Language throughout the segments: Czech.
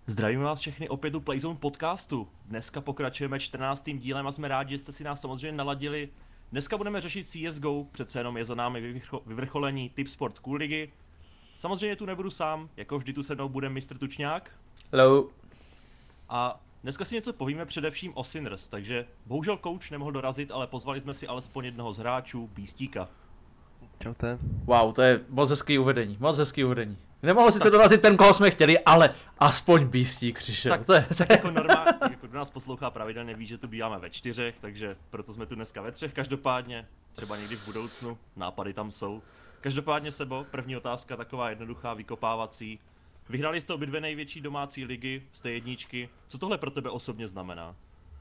Zdravím vás všechny opět u Playzone podcastu. Dneska pokračujeme 14. dílem a jsme rádi, že jste si nás samozřejmě naladili. Dneska budeme řešit CSGO, přece jenom je za námi vyvrcholení Tip Sport Cool ligy. Samozřejmě tu nebudu sám, jako vždy tu se mnou bude mistr Tučňák. Hello. A dneska si něco povíme především o Sinners, takže bohužel coach nemohl dorazit, ale pozvali jsme si alespoň jednoho z hráčů, Beastíka. Čaute. Wow, to je moc hezký uvedení, moc hezký uvedení. Nemohl sice dorazit ten, koho jsme chtěli, ale aspoň Beastík přišel. Tak, to je... jako normálně, jako kdo nás poslouchá pravidelně ví, že tu býváme ve 4, takže proto jsme tu dneska ve 3 každopádně, třeba někdy v budoucnu, nápady tam jsou. Každopádně Sebo, první otázka taková jednoduchá, vykopávací. Vyhráli jste obě dvě největší domácí ligy, jste jedničky, co tohle pro tebe osobně znamená?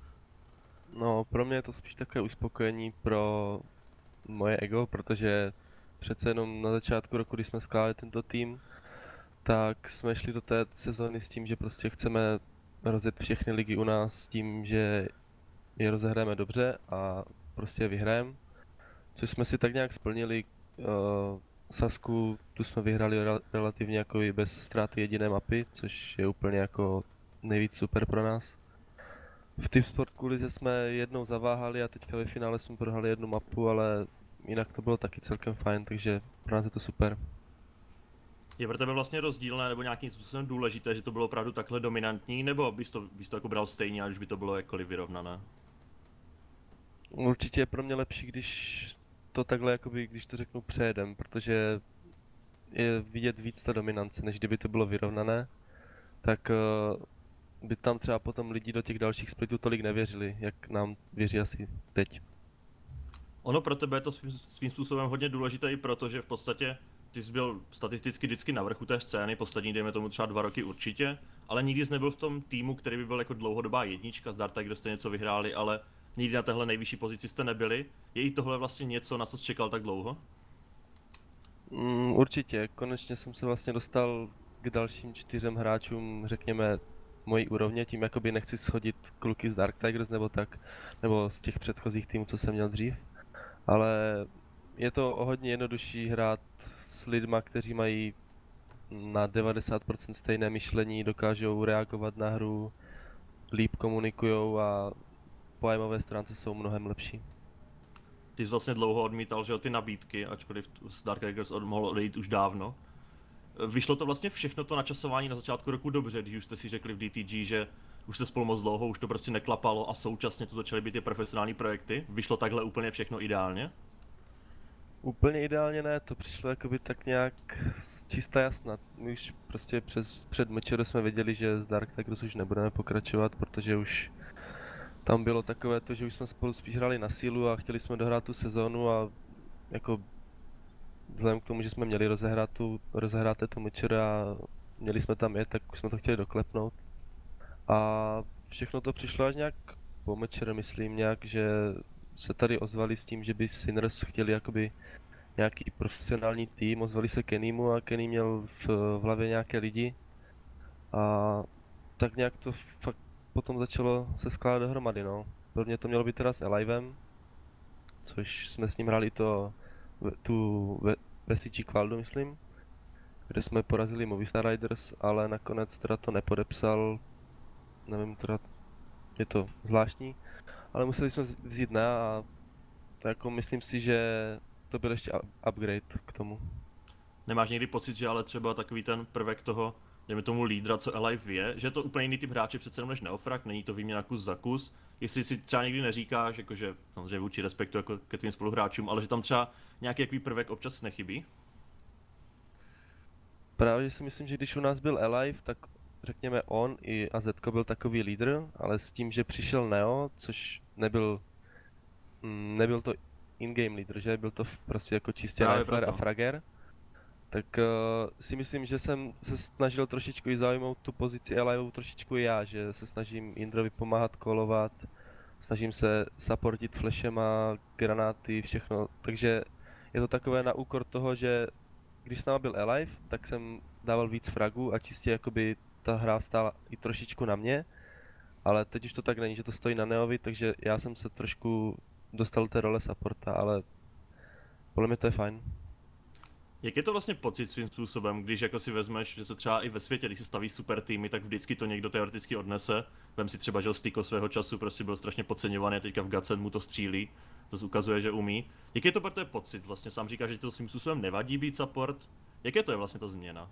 No, pro mě je to spíš takové uspokojení pro moje ego, protože přece jenom na začátku roku, kdy jsme skládali tento tým, tak jsme šli do té sezóny s tím, že prostě chceme rozjet všechny ligy u nás s tím, že je rozehrajeme dobře a prostě je vyhrajeme. Což jsme si tak nějak splnili. Sasku, tu jsme vyhrali relativně jako i bez ztráty jediné mapy, což je úplně jako nejvíc super pro nás. V Tip Sport Kulize jsme jednou zaváhali a teďka ve finále jsme prohráli jednu mapu, ale jinak to bylo taky celkem fajn, takže pro nás je to super. Je pro tebe vlastně rozdílné nebo nějakým způsobem důležité, že to bylo opravdu takhle dominantní, nebo bys to jako bral stejně, ať už by to bylo jakkoliv vyrovnané? Určitě je pro mě lepší, když to takhle jakoby, když to řeknu přejedem, protože je vidět víc ta dominance, než kdyby to bylo vyrovnané, tak by tam třeba potom lidi do těch dalších splitů tolik nevěřili, jak nám věří asi teď. Ono pro tebe je to svým způsobem hodně důležité i proto, že v podstatě ty jsi byl statisticky vždycky na vrchu té scény, poslední dejme tomu třeba 2 roky určitě, ale nikdy jsi nebyl v tom týmu, který by byl jako dlouhodobá jednička, z Darta, kde jste něco vyhráli, ale nikdy na téhle nejvyšší pozici jste nebyli. Je i tohle vlastně něco, na co jsi čekal tak dlouho? Určitě, konečně jsem se vlastně dostal k dalším 4 hráčům, řekněme, mojí úrovně, tím jakoby nechci schodit kluky z Dark Tigers nebo tak, nebo z těch předchozích týmů, co jsem měl dřív, ale je to o hodně jednodušší hrát s lidma, kteří mají na 90% stejné myšlení, dokážou reagovat na hru, líp komunikujou a po aimové stránce jsou mnohem lepší. Ty jsi vlastně dlouho odmítal, že jo, ty nabídky, ačkoliv z Dark Tigers mohl odejít už dávno. Vyšlo to vlastně všechno to načasování na začátku roku dobře, když už jste si řekli v DTG, že už jste spolu moc dlouho, už to prostě neklapalo a současně tu začaly být ty profesionální projekty. Vyšlo takhle úplně všechno ideálně? Úplně ideálně ne, to přišlo jakoby tak nějak čistá jasna. My už prostě před Mečero jsme věděli, že z Dark Tigers už nebudeme pokračovat, protože už tam bylo takové to, že už jsme spolu spíš hráli na sílu a chtěli jsme dohrát tu sezónu a jako vzhledem k tomu, že jsme měli rozehrát tu Mečero a měli jsme tam jet, tak už jsme to chtěli doklepnout. A všechno to přišlo až nějak po Mečero, myslím nějak, že se tady ozvali s tím, že by Sinners chtěli jakoby nějaký profesionální tým, ozvali se Kennymu a Kenny měl v hlavě nějaké lidi a tak nějak to fakt potom začalo se skládat dohromady, no. Prvně to mělo být teda s Alivem, což jsme s ním hráli ve CG Qualdu, myslím, kde jsme porazili Movistar Riders, ale nakonec teda to nepodepsal, nevím, teda je to zvláštní, ale museli jsme vzít ne a to jako myslím si, že to byl ještě upgrade k tomu. Nemáš někdy pocit, že ale třeba takový ten prvek toho, dejme tomu lídra, co Alive je, že je to úplně jiný typ hráče přece jenom než Neofrak, není to výměna kus za kus. Jestli si třeba někdy neříkáš, jakože samozřejmě vůči respektu jako ke tvým spoluhráčům, ale že tam třeba nějaký jaký prvek občas nechybí? Právě si myslím, že když u nás byl Alive, tak řekněme on i AZko byl takový lídr, ale s tím, že přišel Neo, což nebyl to in-game lídr, že? Byl to prostě jako čistě Rifler a Frager. Tak si myslím, že jsem se snažil trošičku i zaujmout tu pozici Alive trošičku i já, že se snažím Indrovi pomáhat kolovat, snažím se supportit flashema, granáty, všechno, takže je to takové na úkor toho, že když s náma byl Alive, tak jsem dával víc fragů a čistě jakoby ta hra stála i trošičku na mě, ale teď už to tak není, že to stojí na Neovi, takže já jsem se trošku dostal do té role supporta, ale podle mě to je fajn. Jak je to vlastně pocit svým způsobem, když jako si vezmeš, že se třeba i ve světě, když se staví super týmy, tak vždycky to někdo teoreticky odnese. Vem si třeba, že Styko svého času prostě byl strašně podceňovaný a teďka v Gacen mu to střílí. To ukazuje, že umí. Jak je to pro tebe pocit? Vlastně sám říká, že ti to svým způsobem nevadí být support. Jaké to je vlastně ta změna?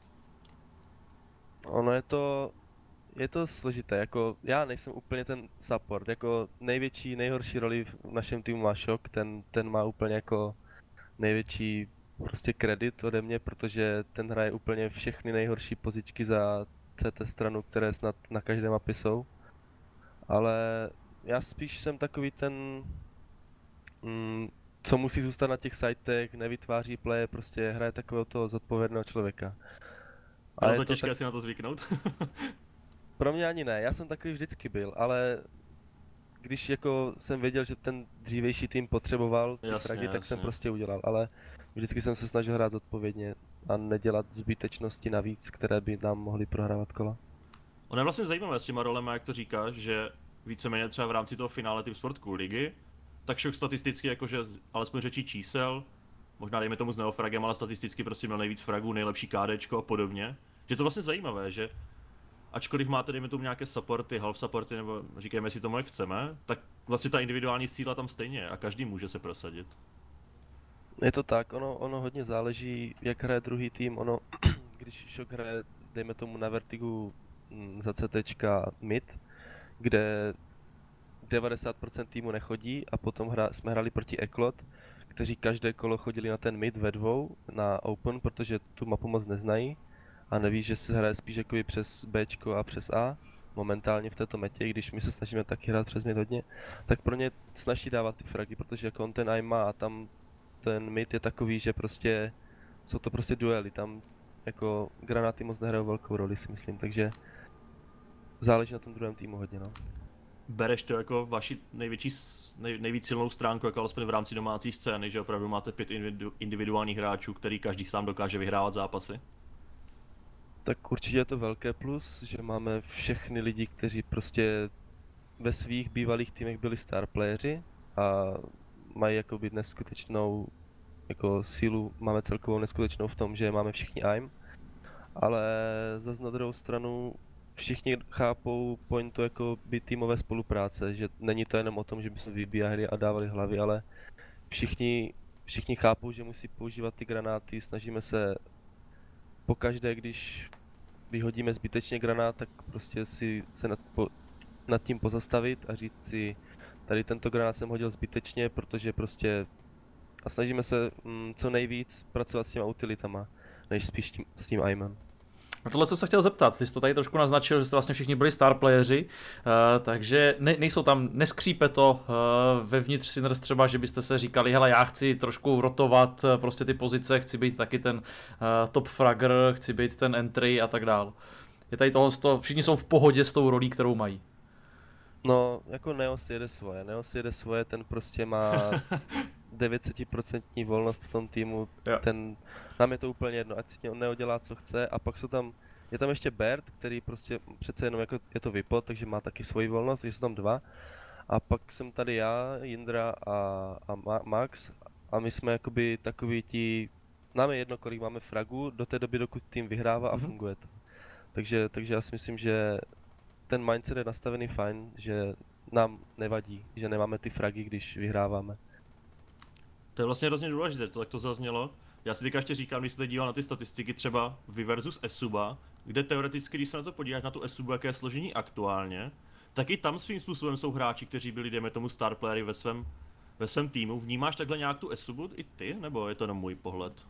Ono je to složité, jako já nejsem úplně ten support, jako nejhorší roli v našem týmu má Shock, ten má úplně jako největší prostě kredit ode mě, protože ten hraje úplně všechny nejhorší pozičky za CT stranu, které snad na každé mapě jsou. Ale já spíš jsem takový ten, co musí zůstat na těch sitech, nevytváří play, prostě hraje takového toho zodpovědného člověka. Ale je to těžké tak... si na to zvyknout? Pro mě ani ne, já jsem takový vždycky byl, ale když jako jsem věděl, že ten dřívější tým potřeboval ty fragy, tak jsem prostě udělal, ale vždycky jsem se snažil hrát zodpovědně a nedělat zbytečnosti navíc, které by nám mohly prohrávat kola. Ono je vlastně zajímavé s těma rolema, jak to říkáš, že víceméně třeba v rámci toho finále Team Sport Cool ligy, tak Shock statisticky jakože alespoň řečí čísel, možná dejme tomu s neofragem, ale statisticky prostě měl nejvíc fragů, nejlepší KDčko a podobně. Že je to vlastně zajímavé, že ačkoliv máte, dejme tomu nějaké supporty, half supporty, nebo říkejme si tomu, jak chceme, tak vlastně ta individuální síla tam stejně je a každý může se prosadit. Je to tak, ono hodně záleží, jak hraje druhý tým, když Shock hraje, dejme tomu na Vertigu za CTčka mid, kde 90% týmu nechodí a potom jsme hráli proti Eklot, kteří každé kolo chodili na ten mid ve dvou, na open, protože tu mapu moc neznají a neví, že se hraje spíš jakoby přes Bčko a přes A, momentálně v této metě, když my se snažíme taky hrát přes mid hodně, tak pro ně snaží dávat ty fragy, protože jako on ten aim má a tam ten mid je takový, že prostě jsou to prostě duely, tam jako granáty moc nehrajou velkou roli, si myslím, takže záleží na tom druhém týmu hodně, no. Bereš to jako vaši nejvíc silnou stránku, jako alespoň v rámci domácí scény, že opravdu máte 5 individuálních hráčů, který každý sám dokáže vyhrávat zápasy? Tak určitě je to velké plus, že máme všechny lidi, kteří prostě ve svých bývalých týmech byli star playeri a mají jakoby neskutečnou jako sílu, máme celkovou neskutečnou v tom, že máme všichni aim, ale zase na druhou stranu všichni chápou pointu jako by týmové spolupráce, že není to jenom o tom, že bychom vybíhali a dávali hlavy, ale všichni chápou, že musí používat ty granáty, snažíme se pokaždé, když vyhodíme zbytečně granát, tak prostě si se nad tím pozastavit a říct si, tady tento granát jsem hodil zbytečně, protože prostě a snažíme se co nejvíc pracovat s těma utilitama, než spíš s tím aimem. Na tohle jsem se chtěl zeptat, ty jsi to tady trošku naznačil, že jste vlastně všichni byli star playeři, takže nejsou tam, neskřípe to vevnitř Sinners třeba, že byste se říkali, hele, já chci trošku rotovat prostě ty pozice, chci být taky ten top fragger, chci být ten entry a tak dál. Je tady tohle, všichni jsou v pohodě s tou rolí, kterou mají. No, jako Neos jede svoje, ten prostě má 900% volnost v tom týmu, nám je to úplně jedno, ať si on neodělá, co chce, a pak je tam ještě Bert, který prostě přece jenom jako je to vypod, takže má taky svoji volnost, takže jsou tam dva. A pak jsem tady já, Jindra a Max a my jsme jakoby takový nám je jedno, kolik máme fragů do té doby, dokud tým vyhrává a funguje to. Takže já si myslím, že ten mindset je nastavený fajn, že nám nevadí, že nemáme ty fragy, když vyhráváme. To je vlastně hrozně důležité, to tak to zaznělo. Já si teďka ještě říkám, když se teď díval na ty statistiky třeba Vy versus Esuba, kde teoreticky, když se na to podíváš na tu Esubu, jaké je složení aktuálně, tak i tam svým způsobem jsou hráči, kteří byli, dejme tomu, star playery ve svém týmu. Vnímáš takhle nějak tu Esubu i ty, nebo je to jenom můj pohled?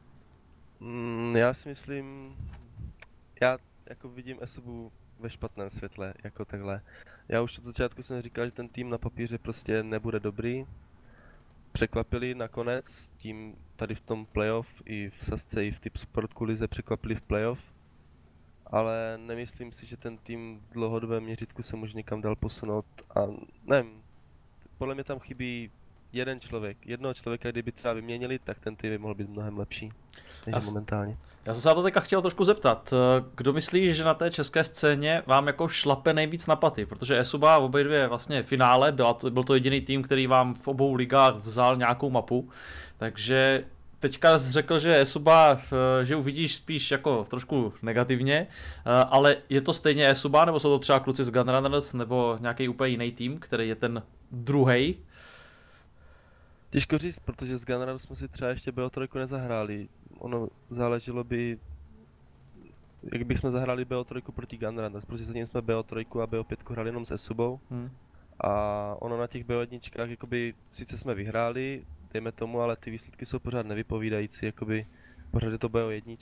Já si myslím, já jako vidím Esubu ve špatném světle, jako takhle. Já už od začátku jsem říkal, že ten tým na papíře prostě nebude dobrý. Překvapili nakonec, tím tady v tom playoff i v Sasce i v Team Sport Cool lize překvapili v playoff. Ale nemyslím si, že ten tým v dlouhodobém měřítku se může někam dál posunout a nevím, podle mě tam chybí jednoho člověka, kdyby třeba vyměnili, tak ten tým by mohl být mnohem lepší než momentálně. Já jsem se na to teďka chtěl trošku zeptat, kdo myslí, že na té české scéně vám jako šlape nejvíc na paty, protože Esuba v obě dvě vlastně finále, byl to jediný tým, který vám v obou ligách vzal nějakou mapu, takže teďka jsi řekl, že Esuba, že uvidíš spíš jako trošku negativně, ale je to stejně Esuba, nebo jsou to třeba kluci z Gunrunners, nebo nějaký úplně jiný tým, který je ten druhej? Těžko říct, protože s Gunrunners jsme si třeba ještě BO3 nezahráli. Ono záleželo by, jak bychom zahráli BO3 proti Gunrunners, protože zatím jsme BO3 a BO5 hráli jenom s Esubou. A ono na těch BO1, jakoby, sice jsme vyhráli, dejme tomu, ale ty výsledky jsou pořád nevypovídající, jakoby, pořád je to BO1.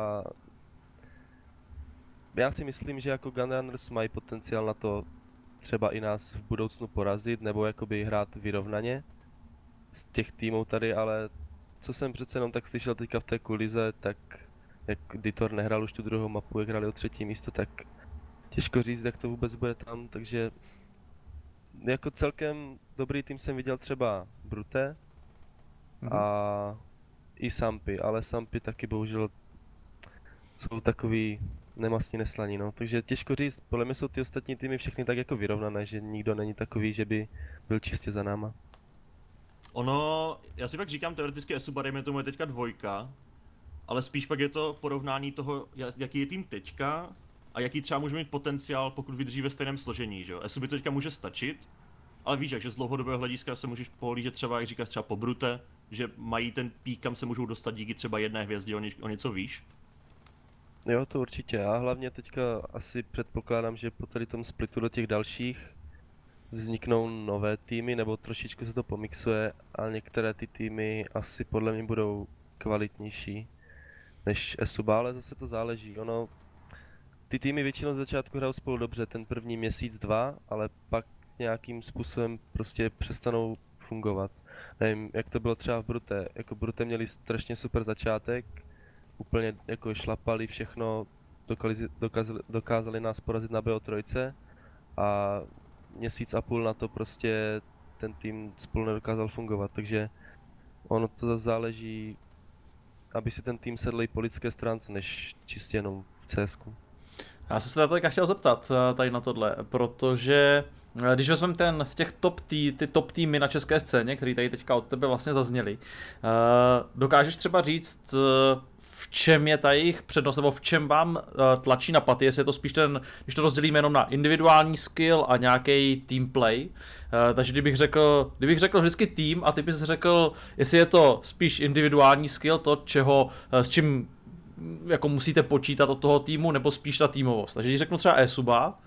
Já si myslím, že jako Gunrunners mají potenciál na to třeba i nás v budoucnu porazit, nebo jakoby hrát vyrovnaně z těch týmů tady, ale co jsem přece jenom tak slyšel teďka v té kulize, tak jak Ditor nehrál už tu druhou mapu, jak hráli o 3. místo, tak těžko říct, jak to vůbec bude tam, takže jako celkem dobrý tým jsem viděl třeba Brute a i Sampy, ale Sampy taky bohužel jsou takový nemastní neslaní, no. Takže těžko říct, podle mě jsou ty ostatní týmy všechny tak jako vyrovnané, že nikdo není takový, že by byl čistě za náma. Ono, já si pak říkám teoreticky Esuba, dejme tomu je teďka 2, ale spíš pak je to porovnání toho, jaký je tým teďka a jaký třeba může mít potenciál, pokud vydrží ve stejném složení, že jo. Esuby teďka může stačit, ale víš, že z dlouhodobého hlediska se můžeš pohlížet třeba, jak říkáš, třeba po Brute, že mají ten pík, kam se můžou dostat díky třeba jedné hvězdě o něco výš. Jo, to určitě. A hlavně teďka asi předpokládám, že po tady tom splitu do těch dalších vzniknou nové týmy, nebo trošičku se to pomixuje a některé ty týmy asi podle mě budou kvalitnější než Esuba, ale zase to záleží. Ono, ty týmy většinou z začátku hrajou spolu dobře, ten první měsíc, 2, ale pak nějakým způsobem prostě přestanou fungovat. Nevím, jak to bylo třeba v Brute. Jako Brute měli strašně super začátek, úplně jako šlapali všechno, dokázali nás porazit na BO3 a měsíc a půl na to prostě ten tým spolu nedokázal fungovat, takže ono to zase záleží, aby si ten tým sedl i po lidské stránce, než čistě jenom v CSku. Já jsem se na to chtěl zeptat tady na tohle, protože když vezmeme ty top týmy na české scéně, které tady teďka od tebe vlastně zazněly, dokážeš třeba říct, v čem je ta jejich přednost, nebo v čem vám tlačí na paty, jestli je to spíš když to rozdělíme jenom na individuální skill a nějaký team play, takže kdybych řekl vždycky tým a ty bys řekl, jestli je to spíš individuální skill, to s čím jako musíte počítat od toho týmu, nebo spíš ta týmovost. Takže když řeknu třeba Esuba,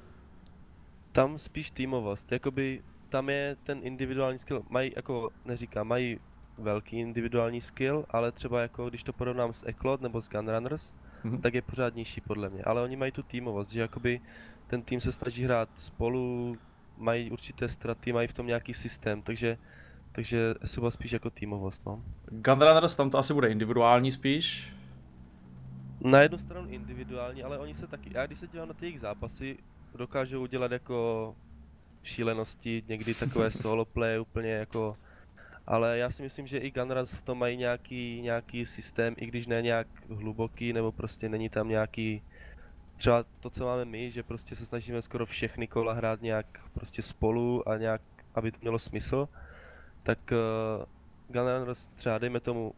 tam spíš týmovost, jakoby tam je ten individuální skill, mají velký individuální skill, ale třeba jako když to porovnám s Eclod nebo s Gunrunners, tak je pořád nižší podle mě, ale oni mají tu týmovost, že jakoby ten tým se snaží hrát spolu, mají určité straty, mají v tom nějaký systém, takže Esuba spíš jako týmovost, no. Gunrunners tam to asi bude individuální spíš. Na jednu stranu individuální, ale oni se taky, já když se dívám na ty jejich zápasy, dokážou udělat jako šílenosti, někdy takové solo play úplně jako, ale já si myslím, že i Gunrunners v tom mají nějaký systém, i když ne nějak hluboký, nebo prostě není tam nějaký, třeba to, co máme my, že prostě se snažíme skoro všechny kola hrát nějak prostě spolu a nějak, aby to mělo smysl, tak Gunrunners třeba dejme tomu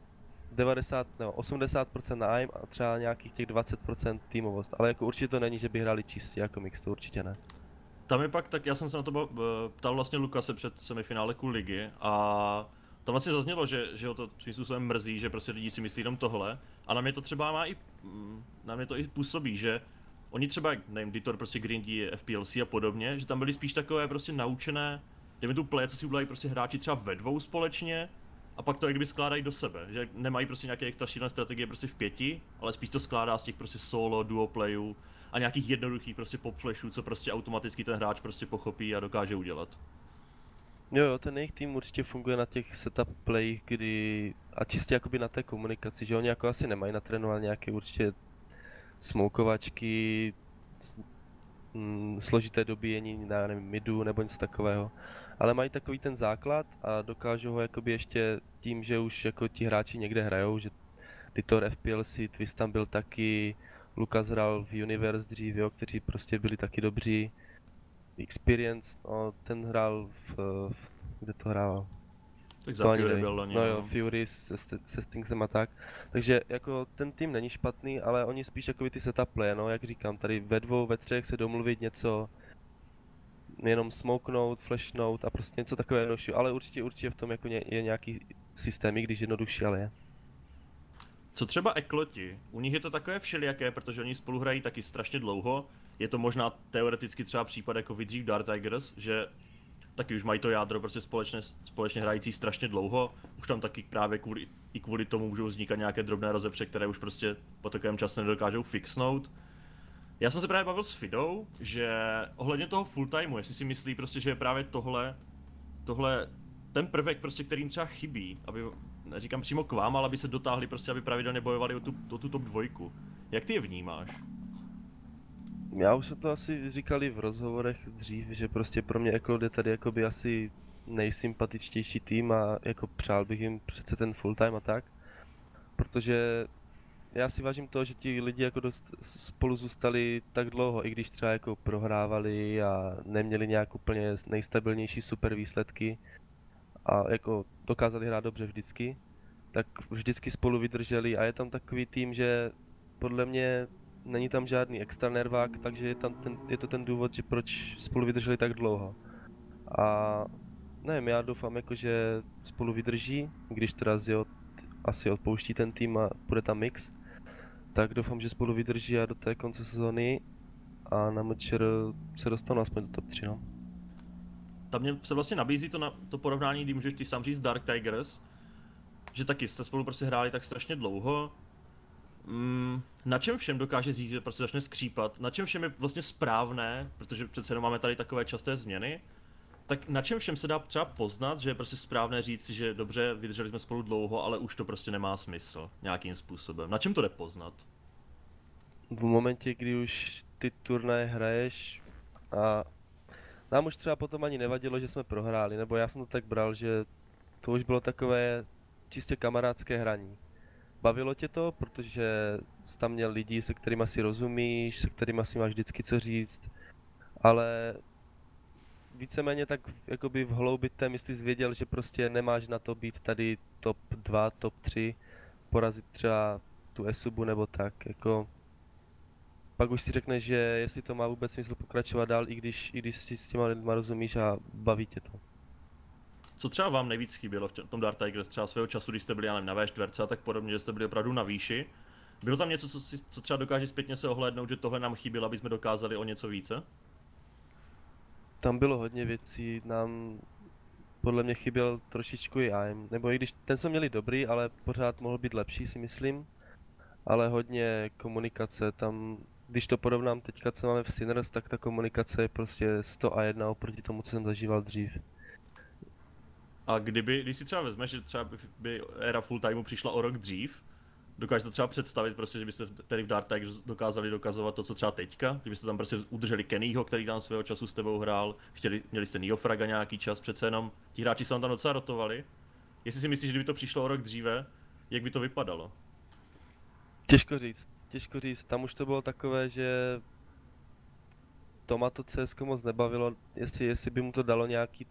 80% na aim a třeba nějakých těch 20% týmovost, ale jako určitě to není, že by hráli čistě jako mix, to určitě ne. Tam je pak, tak já jsem se na to ptal vlastně Lukase před semifinále Cool ligy a tam vlastně zaznělo, že ho to svým způsobem mrzí, že prostě lidi si myslí jenom tohle a na mě to třeba na mě to i působí, že oni třeba, nevím, Ditor prostě grindí FPLC a podobně, že tam byli spíš takové prostě naučené, dejme tu play, co si udělají prostě hráči třeba ve 2 společně a pak to jak kdyby skládají do sebe, že nemají prostě nějaké extra šílené strategie prostě v 5, ale spíš to skládá z těch prostě solo, duo playů a nějakých jednoduchých prostě pop flashů, co prostě automaticky ten hráč prostě pochopí a dokáže udělat. Jo, ten jejich tým určitě funguje na těch setup playích, kdy a čistě jakoby na té komunikaci, že oni jako asi nemají natrénovat nějaké určitě smoukovačky, složité dobíjení na nevím, midu nebo něco takového. Ale mají takový ten základ a dokážou ho jakoby ještě tím, že už jako ti hráči někde hrajou, že Ditor FPLC, Twist tam byl taky, Lukas hrál v Universe dřív, jo, kteří prostě byli taky dobří. Experience, no, ten hrál kde to hrál? Tak za To ani Fury nevím. byl loni, No jo, Fury se Stingsem a tak. Takže jako ten tým není špatný, ale oni spíš jako ty setup play, no jak říkám, tady ve dvou, ve třech se domluvit něco, jenom smoknout, flashnout a prostě něco takového, ale určitě v tom jako je nějaký systém, i když jednodušší, ale je. Co třeba Ekloti? U nich je to takové všelijaké, protože oni spolu hrají taky strašně dlouho. Je to možná teoreticky třeba případ jako vydřív Dark Tigers, že taky už mají to jádro prostě společně hrající strašně dlouho. Už tam taky právě kvůli tomu můžou vznikat nějaké drobné rozepře, které už prostě po takovém čase nedokážou fixnout. Já jsem se právě bavil s Fidou, že ohledně toho full timeu, jestli si myslí prostě, že je právě tohle ten prvek prostě, kterým třeba chybí, aby, neříkám přímo k vám, ale aby se dotáhli prostě, aby pravidelně bojovali o tu top dvojku. Jak ty je vnímáš? Já už jsem to asi říkali v rozhovorech dřív, že prostě pro mě Eklod je tady jakoby asi nejsympatičtější tým a jako přál bych jim přece ten full time a tak. Protože já si vážím toho, že ti lidi jako dost spolu zůstali tak dlouho, i když třeba jako prohrávali a neměli nějak úplně nejstabilnější super výsledky a jako dokázali hrát dobře vždycky, tak vždycky spolu vydrželi a je tam takový tým, že podle mě není tam žádný extra nervák, takže je to ten důvod, že proč spolu vydrželi tak dlouho. A nevím, já doufám jako, že spolu vydrží, když teda asi odpouští ten tým a bude tam mix, tak doufám, že spolu vydrží a do té konce sezóny a na MČR se dostanou aspoň do top 3, no. Tam mě se vlastně nabízí to porovnání, kdy můžeš ty sám říct Dark Tigers, že taky jste spolu prostě hráli tak strašně dlouho. Na čem všem dokáže říct, že prostě začne skřípat, na čem všem je vlastně správné, protože přece jenom máme tady takové časté změny, tak na čem všem se dá třeba poznat, že je prostě správné říct si, že dobře, vydrželi jsme spolu dlouho, ale už to prostě nemá smysl nějakým způsobem. Na čem to jde poznat? V momentě, kdy už ty turnaje hraješ a nám už třeba potom ani nevadilo, že jsme prohráli, nebo já jsem to tak bral, že to už bylo takové čistě kamarádské hraní. Bavilo tě to, protože jsi tam měl lidi, se kterými si rozumíš, se kterými si máš vždycky co říct, ale víceméně tak jakoby v hloubi té mysli jsi věděl, že prostě nemáš na to být tady top 2, top 3, porazit třeba tu Esubu nebo tak, jako pak už si řekneš, že jestli to má vůbec smysl pokračovat dál, i když si s těma lidma rozumíš a baví tě to. Co třeba vám nejvíc chybělo v tom Dark Tigers, třeba svého času, když jste byli já nevím, na V4 a tak podobně, že jste byli opravdu na výši? Bylo tam něco, co třeba dokáže zpětně se ohlédnout, že tohle nám chybělo, aby jsme dokázali o něco více? Tam bylo hodně věcí, nám podle mě chyběl trošičku i AIM, nebo i když ten jsme měli dobrý, ale pořád mohl být lepší, si myslím. Ale hodně komunikace, tam, když to porovnám teďka, co máme v Sinners, tak ta komunikace je prostě 101 oproti tomu, co jsem zažíval dřív. A když si třeba vezmeš, že třeba by éra full timeu přišla o rok dřív, dokážeš to třeba představit, prostě, že byste tady v Dark Tigers dokázali dokazovat to, co třeba teďka, kdybyste tam prostě udrželi Kennyho, který tam svého času s tebou hrál, měli jste Neofraga nějaký čas, přece jenom ti hráči se vám tam docela rotovali. Jestli si myslíš, že kdyby to přišlo o rok dříve, jak by to vypadalo? Těžko říct, tam už to bylo takové, že Toma to CS moc nebavilo, jestli by mu to dalo nějaký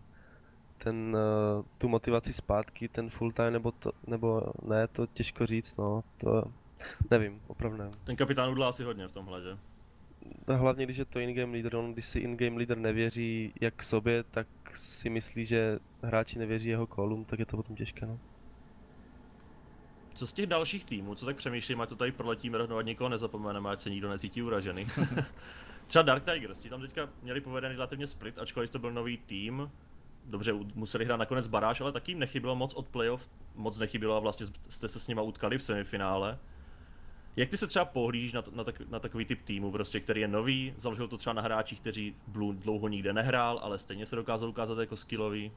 tu motivaci zpátky, ten full time, nebo ne, to těžko říct, no, to nevím, opravdu nevím. Ten kapitán udlá asi hodně v tomhle, že? A hlavně, když je to in-game leader, když si in-game leader nevěří jak sobě, tak si myslí, že hráči nevěří jeho callům, tak je to potom těžké, no. Co z těch dalších týmů, co tak přemýšlím, ať to tady proletíme rovnou, ať nikoho nezapomeneme, ať se nikdo necítí uražený. Třeba Dark Tigers, ti tam teďka měli povedený relativně split, ačkoliv to byl nový tým. Dobře, museli hrát nakonec baráž, ale taky jim nechybilo moc od playoff, moc nechybilo a vlastně jste se s nima utkali v semifinále. Jak ty se třeba pohlížíš na takový typ týmu, prostě, který je nový, založil to třeba na hráčích, kteří dlouho nikde nehrál, ale stejně se dokázal ukázat jako skillový?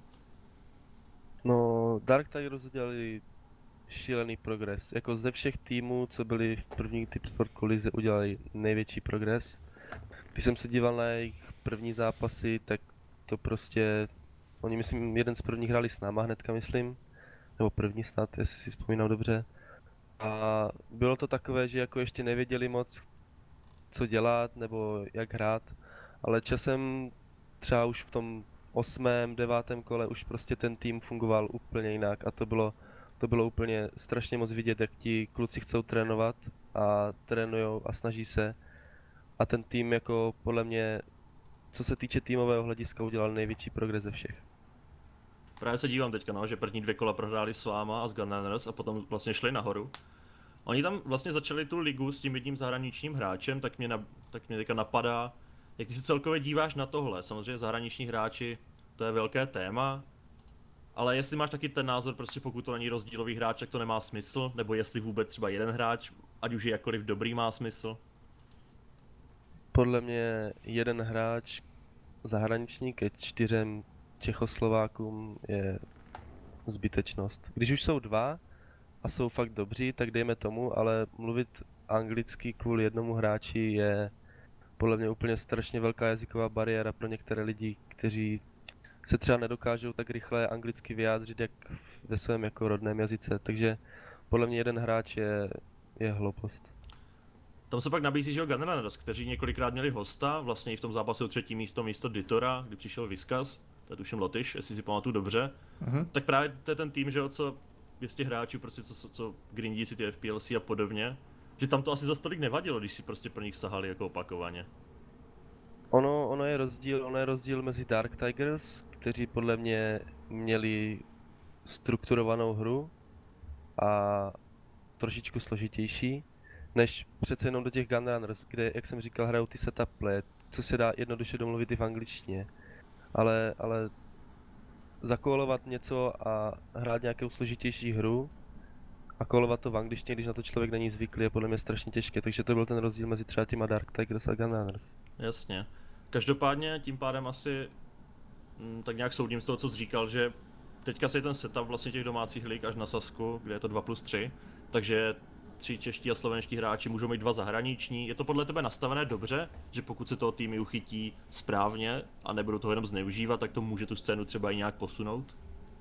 No, Dark Tigers udělali šílený progres. Jako ze všech týmů, co byli v první typ sport kolize, udělali největší progres. Když jsem se díval na jejich první zápasy, tak to prostě... Oni myslím, jeden z prvních hráli s náma hnedka, myslím. Nebo první snad, jestli si vzpomínám dobře. A bylo to takové, že jako ještě nevěděli moc, co dělat nebo jak hrát. Ale časem třeba už v tom 8., 9. kole už prostě ten tým fungoval úplně jinak a to bylo úplně strašně moc vidět, jak ti kluci chcou trénovat a trénujou a snaží se. A ten tým jako podle mě, co se týče týmového hlediska, udělal největší progres ze všech. Právě se dívám teďka, no, že první 2 kola prohráli s váma a s Gunners a potom vlastně šli nahoru. Oni tam vlastně začali tu ligu s tím jedním zahraničním hráčem, tak mě teďka napadá, jak ty se celkově díváš na tohle. Samozřejmě zahraniční hráči, to je velké téma, ale jestli máš taky ten názor, prostě pokud to není rozdílový hráč, tak to nemá smysl, nebo jestli vůbec třeba jeden hráč, ať už je jakkoliv dobrý, má smysl. Podle mě jeden hráč zahraniční ke 4 Čechoslovákům je zbytečnost. Když už jsou 2 a jsou fakt dobří, tak dejme tomu, ale mluvit anglicky kvůli jednomu hráči je podle mě úplně strašně velká jazyková bariéra pro některé lidi, kteří se třeba nedokážou tak rychle anglicky vyjádřit, jak ve svém jako rodném jazyce, takže podle mě jeden hráč je hloupost. Tam se pak nabízí, že Gunners, kteří několikrát měli hosta, vlastně i v tom zápase o 3. místo Ditora, kdy přišel Viskas, to je tuším Lotyš, jestli si pamatuju dobře, tak právě to je ten tým, že jo, co 200 hráčů, prostě co grindí si ty FPLC a podobně, že tam to asi za tolik nevadilo, když si prostě pro nich sahali jako opakovaně. Ono je rozdíl mezi Dark Tigers, kteří podle mě měli strukturovanou hru a trošičku složitější, než přece jenom do těch Gunrunners, kde, jak jsem říkal, hrajou ty setup play, co se dá jednoduše domluvit i v angličtině. Ale zakólovat něco a hrát nějakou složitější hru a kolovat to v angličtině, když na to člověk není zvyklý, je podle mě strašně těžké, takže to byl ten rozdíl mezi třeba těma Dark Tigers a Gunrunners. Jasně. Každopádně tím pádem asi tak nějak soudím z toho, co jsi říkal, že teďka se ten setup vlastně těch domácích lig až na Sasku, kde je to 2+3, takže 3 čeští a slovenští hráči můžou mít 2 zahraniční. Je to podle tebe nastavené dobře, že pokud se toho týmy uchytí správně a nebudou toho jenom zneužívat, tak to může tu scénu třeba i nějak posunout?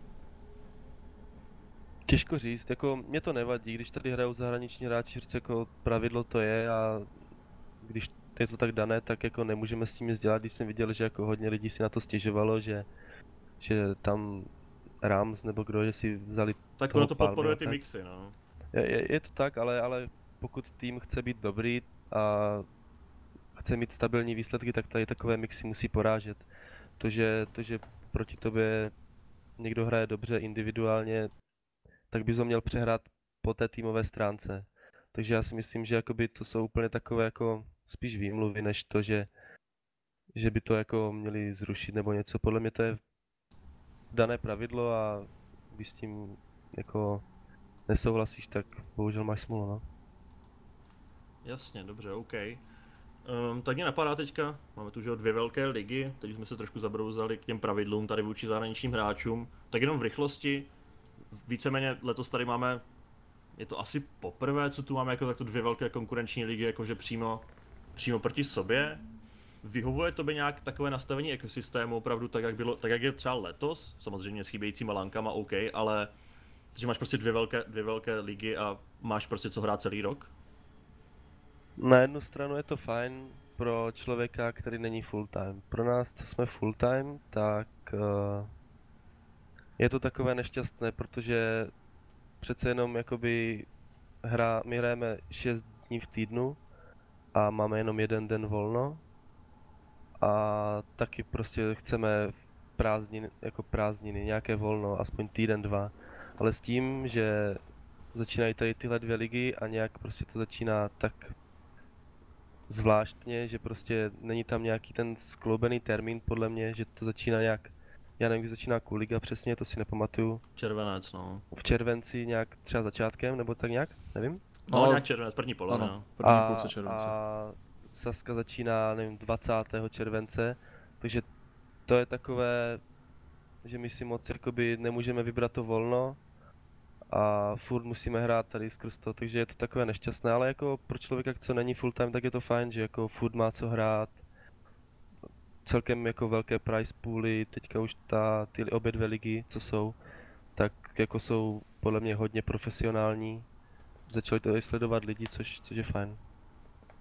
Těžko říct, jako mě to nevadí, když tady hrajou zahraniční hráči, říct, jako pravidlo to je a když je to tak dané, tak jako nemůžeme s tím nic dělat, když jsem viděl, že jako hodně lidí si na to stěžovalo, že tam Rams nebo kdo, že si vzali Tak toho ono to Palmy podporuje a ty tak. mixy, no. Je to tak, ale pokud tým chce být dobrý a chce mít stabilní výsledky, tak tady takové mixy musí porážet. To, že proti tobě někdo hraje dobře individuálně, tak bys ho měl přehrát po té týmové stránce. Takže já si myslím, že jakoby to jsou úplně takové jako spíš výmluvy, než to, že by to jako měli zrušit nebo něco. Podle mě to je dané pravidlo a když s tím jako nesouhlasíš, tak bohužel máš smůlu, no. Jasně, dobře, OK. Tak mě napadá teďka, máme tu že 2 velké ligy, teď jsme se trošku zabrouzali k těm pravidlům tady vůči zahraničním hráčům. Tak jenom v rychlosti, víceméně letos tady máme, je to asi poprvé, co tu máme jako takto 2 velké konkurenční ligy, jakože přímo proti sobě. Vyhovuje tobě nějak takové nastavení ekosystému opravdu tak, jak je třeba letos, samozřejmě s chybějícíma lankama, OK, ale že máš prostě 2 velké ligy a máš prostě co hrát celý rok? Na jednu stranu je to fajn pro člověka, který není full time. Pro nás, co jsme full time, tak je to takové nešťastné, protože přece jenom jakoby my hrajeme 6 dní v týdnu a máme jenom 1 den volno a taky prostě chceme prázdniny, nějaké volno, aspoň týden, 2. Ale s tím, že začínají tady tyhle 2 ligy a nějak prostě to začíná tak zvláštně, že prostě není tam nějaký ten skloubený termín podle mě, že to začíná nějak, já nevím, kdy začíná liga přesně, to si nepamatuju. Červenec, no. V červenci nějak třeba začátkem, nebo tak nějak, nevím. No, nějak červenec, první polovina. Ano, první půlce července. A Saska začíná, nevím, 20. července, takže to je takové, že my si moc jakoby nemůžeme vybrat to volno a furt musíme hrát tady skrz to, takže je to takové nešťastné, ale jako pro člověka, co není full time, tak je to fajn, že jako furt má co hrát. Celkem jako velké prize pooly, teďka už ty obě 2 ligy, co jsou, tak jako jsou podle mě hodně profesionální. Začali to i sledovat lidi, což je fajn.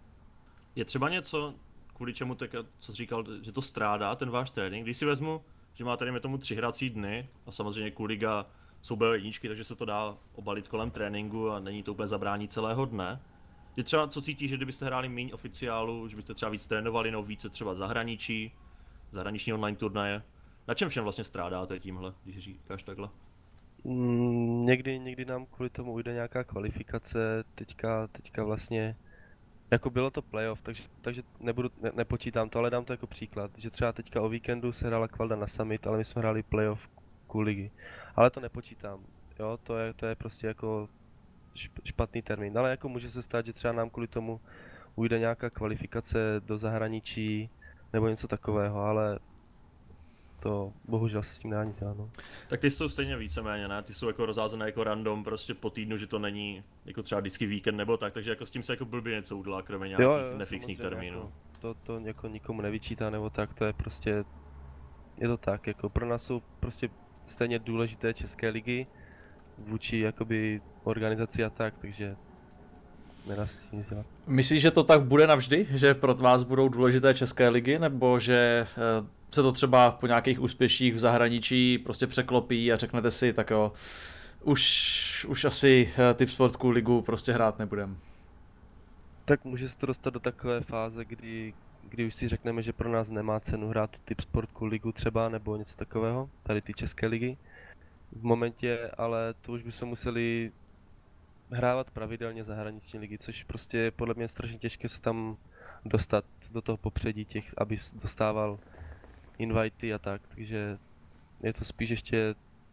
Je třeba něco, kvůli čemu tak, co jsi říkal, že to strádá ten váš trénink, když si vezmu, že máte dejme tomu 3 hrací dny a samozřejmě Kuliga jsou B1, takže se to dá obalit kolem tréninku a není to úplně zabrání celého dne. Je třeba, co cítíš, že kdybyste hráli méně oficiálu, že byste třeba víc trénovali, nebo více třeba zahraniční online turnaje. Na čem všem vlastně strádáte tímhle, když říkáš takhle? Někdy nám kvůli tomu ujde nějaká kvalifikace, teďka vlastně, jako bylo to playoff, takže nepočítám to, ale dám to jako příklad, že třeba teďka o víkendu se hrála kvalda na Summit, ale my jsme hráli playoff ligy. Ale to nepočítám, jo, to je prostě jako špatný termín, ale jako může se stát, že třeba nám kvůli tomu ujde nějaká kvalifikace do zahraničí nebo něco takového, ale to bohužel se s tím nedá nic dělat, no. Tak ty jsou stejně víceméně, ne? Ty jsou jako rozházené jako random prostě po týdnu, že to není jako třeba vždycky víkend nebo tak, takže jako s tím se jako blbě něco udělá, kromě nějakých nefixních termínů. Jako, to jako nikomu nevyčítá nebo tak, to je prostě, je to tak, jako pro nás jsou prostě stejně důležité české ligy vůči jakoby organizaci a tak, takže nedá se s tím nic dělat. Myslíš, že to tak bude navždy? Že pro vás budou důležité české ligy? Nebo že se to třeba po nějakých úspěších v zahraničí prostě překlopí a řeknete si, tak jo, už asi Tipsport ligu prostě hrát nebudem? Tak může se to dostat do takové fáze, kdy už si řekneme, že pro nás nemá cenu hrát tu Tipsport ligu třeba, nebo něco takového, tady ty české ligy. V momentě, ale to už bychom museli hrávat pravidelně zahraniční ligy, což prostě je podle mě strašně těžké se tam dostat do toho popředí těch, aby dostával invity a tak, takže je to spíš ještě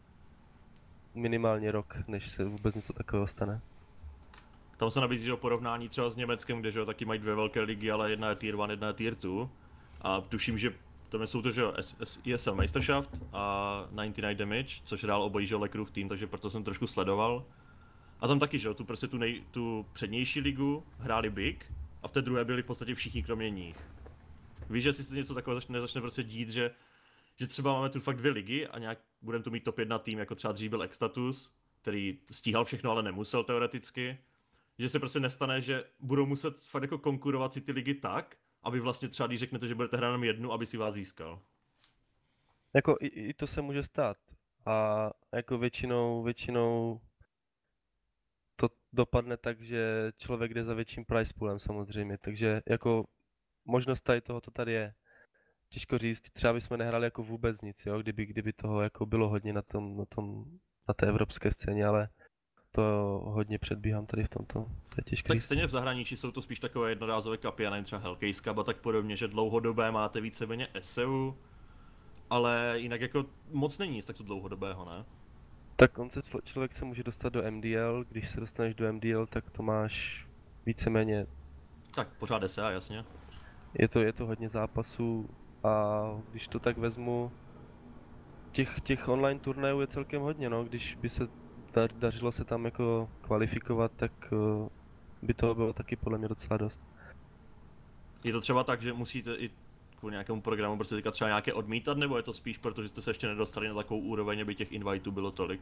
minimálně rok, než se vůbec něco takového stane. Tam se nabízí o porovnání třeba s Německem, kde že jo, taky mají 2 velké ligy, ale jedna je Tier 1, jedna je Tier 2. A tuším, že tam jsou to, že jo, ESL Meisterschaft a 99 Damage, což hrál obojí, že jo, Lekrův tým, takže proto jsem trošku sledoval. A tam taky, že jo, tu přednější ligu hráli Big a v té druhé byli v podstatě všichni kromě nich. Víš, že si něco takového nezačne prostě dít, že třeba máme tu fakt 2 ligy a nějak budeme tu mít top 1 tým, jako třeba dřív byl Extatus, který stíhal všechno, ale nemusel teoreticky. Že se prostě nestane, že budou muset fakt jako konkurovat si ty ligy tak, aby vlastně třeba, když řeknete, že budete hrát jenom jednu, aby si vás získal. Jako i to se může stát. A jako většinou to dopadne tak, že člověk jde za větším prize poolem samozřejmě, takže jako možnost tady tohoto tady je. Těžko říct, třeba bychom nehráli jako vůbec nic, jo, kdyby toho jako bylo hodně na té evropské scéně, ale to hodně předbíhám tady v tomto, to je těžké. Tak stejně v zahraničí jsou to spíš takové jednorázové kapy, já nevím, třeba Hellcase Cup a tak podobně, že dlouhodobé máte víceméně SEU, ale jinak jako moc není nic takto dlouhodobého, ne? Tak člověk se může dostat do MDL, když se dostaneš do MDL, tak to máš víceméně... Tak pořád SEA, jasně. Je to hodně zápasů a když to tak vezmu, těch online turnajů je celkem hodně, no, když by se dařilo se tam jako kvalifikovat, tak by toho bylo taky podle mě docela dost. Je to třeba tak, že musíte i kvůli nějakému programu prostě teďka třeba nějaké odmítat, nebo je to spíš proto, že jste se ještě nedostali na takovou úroveň, aby těch invitů bylo tolik?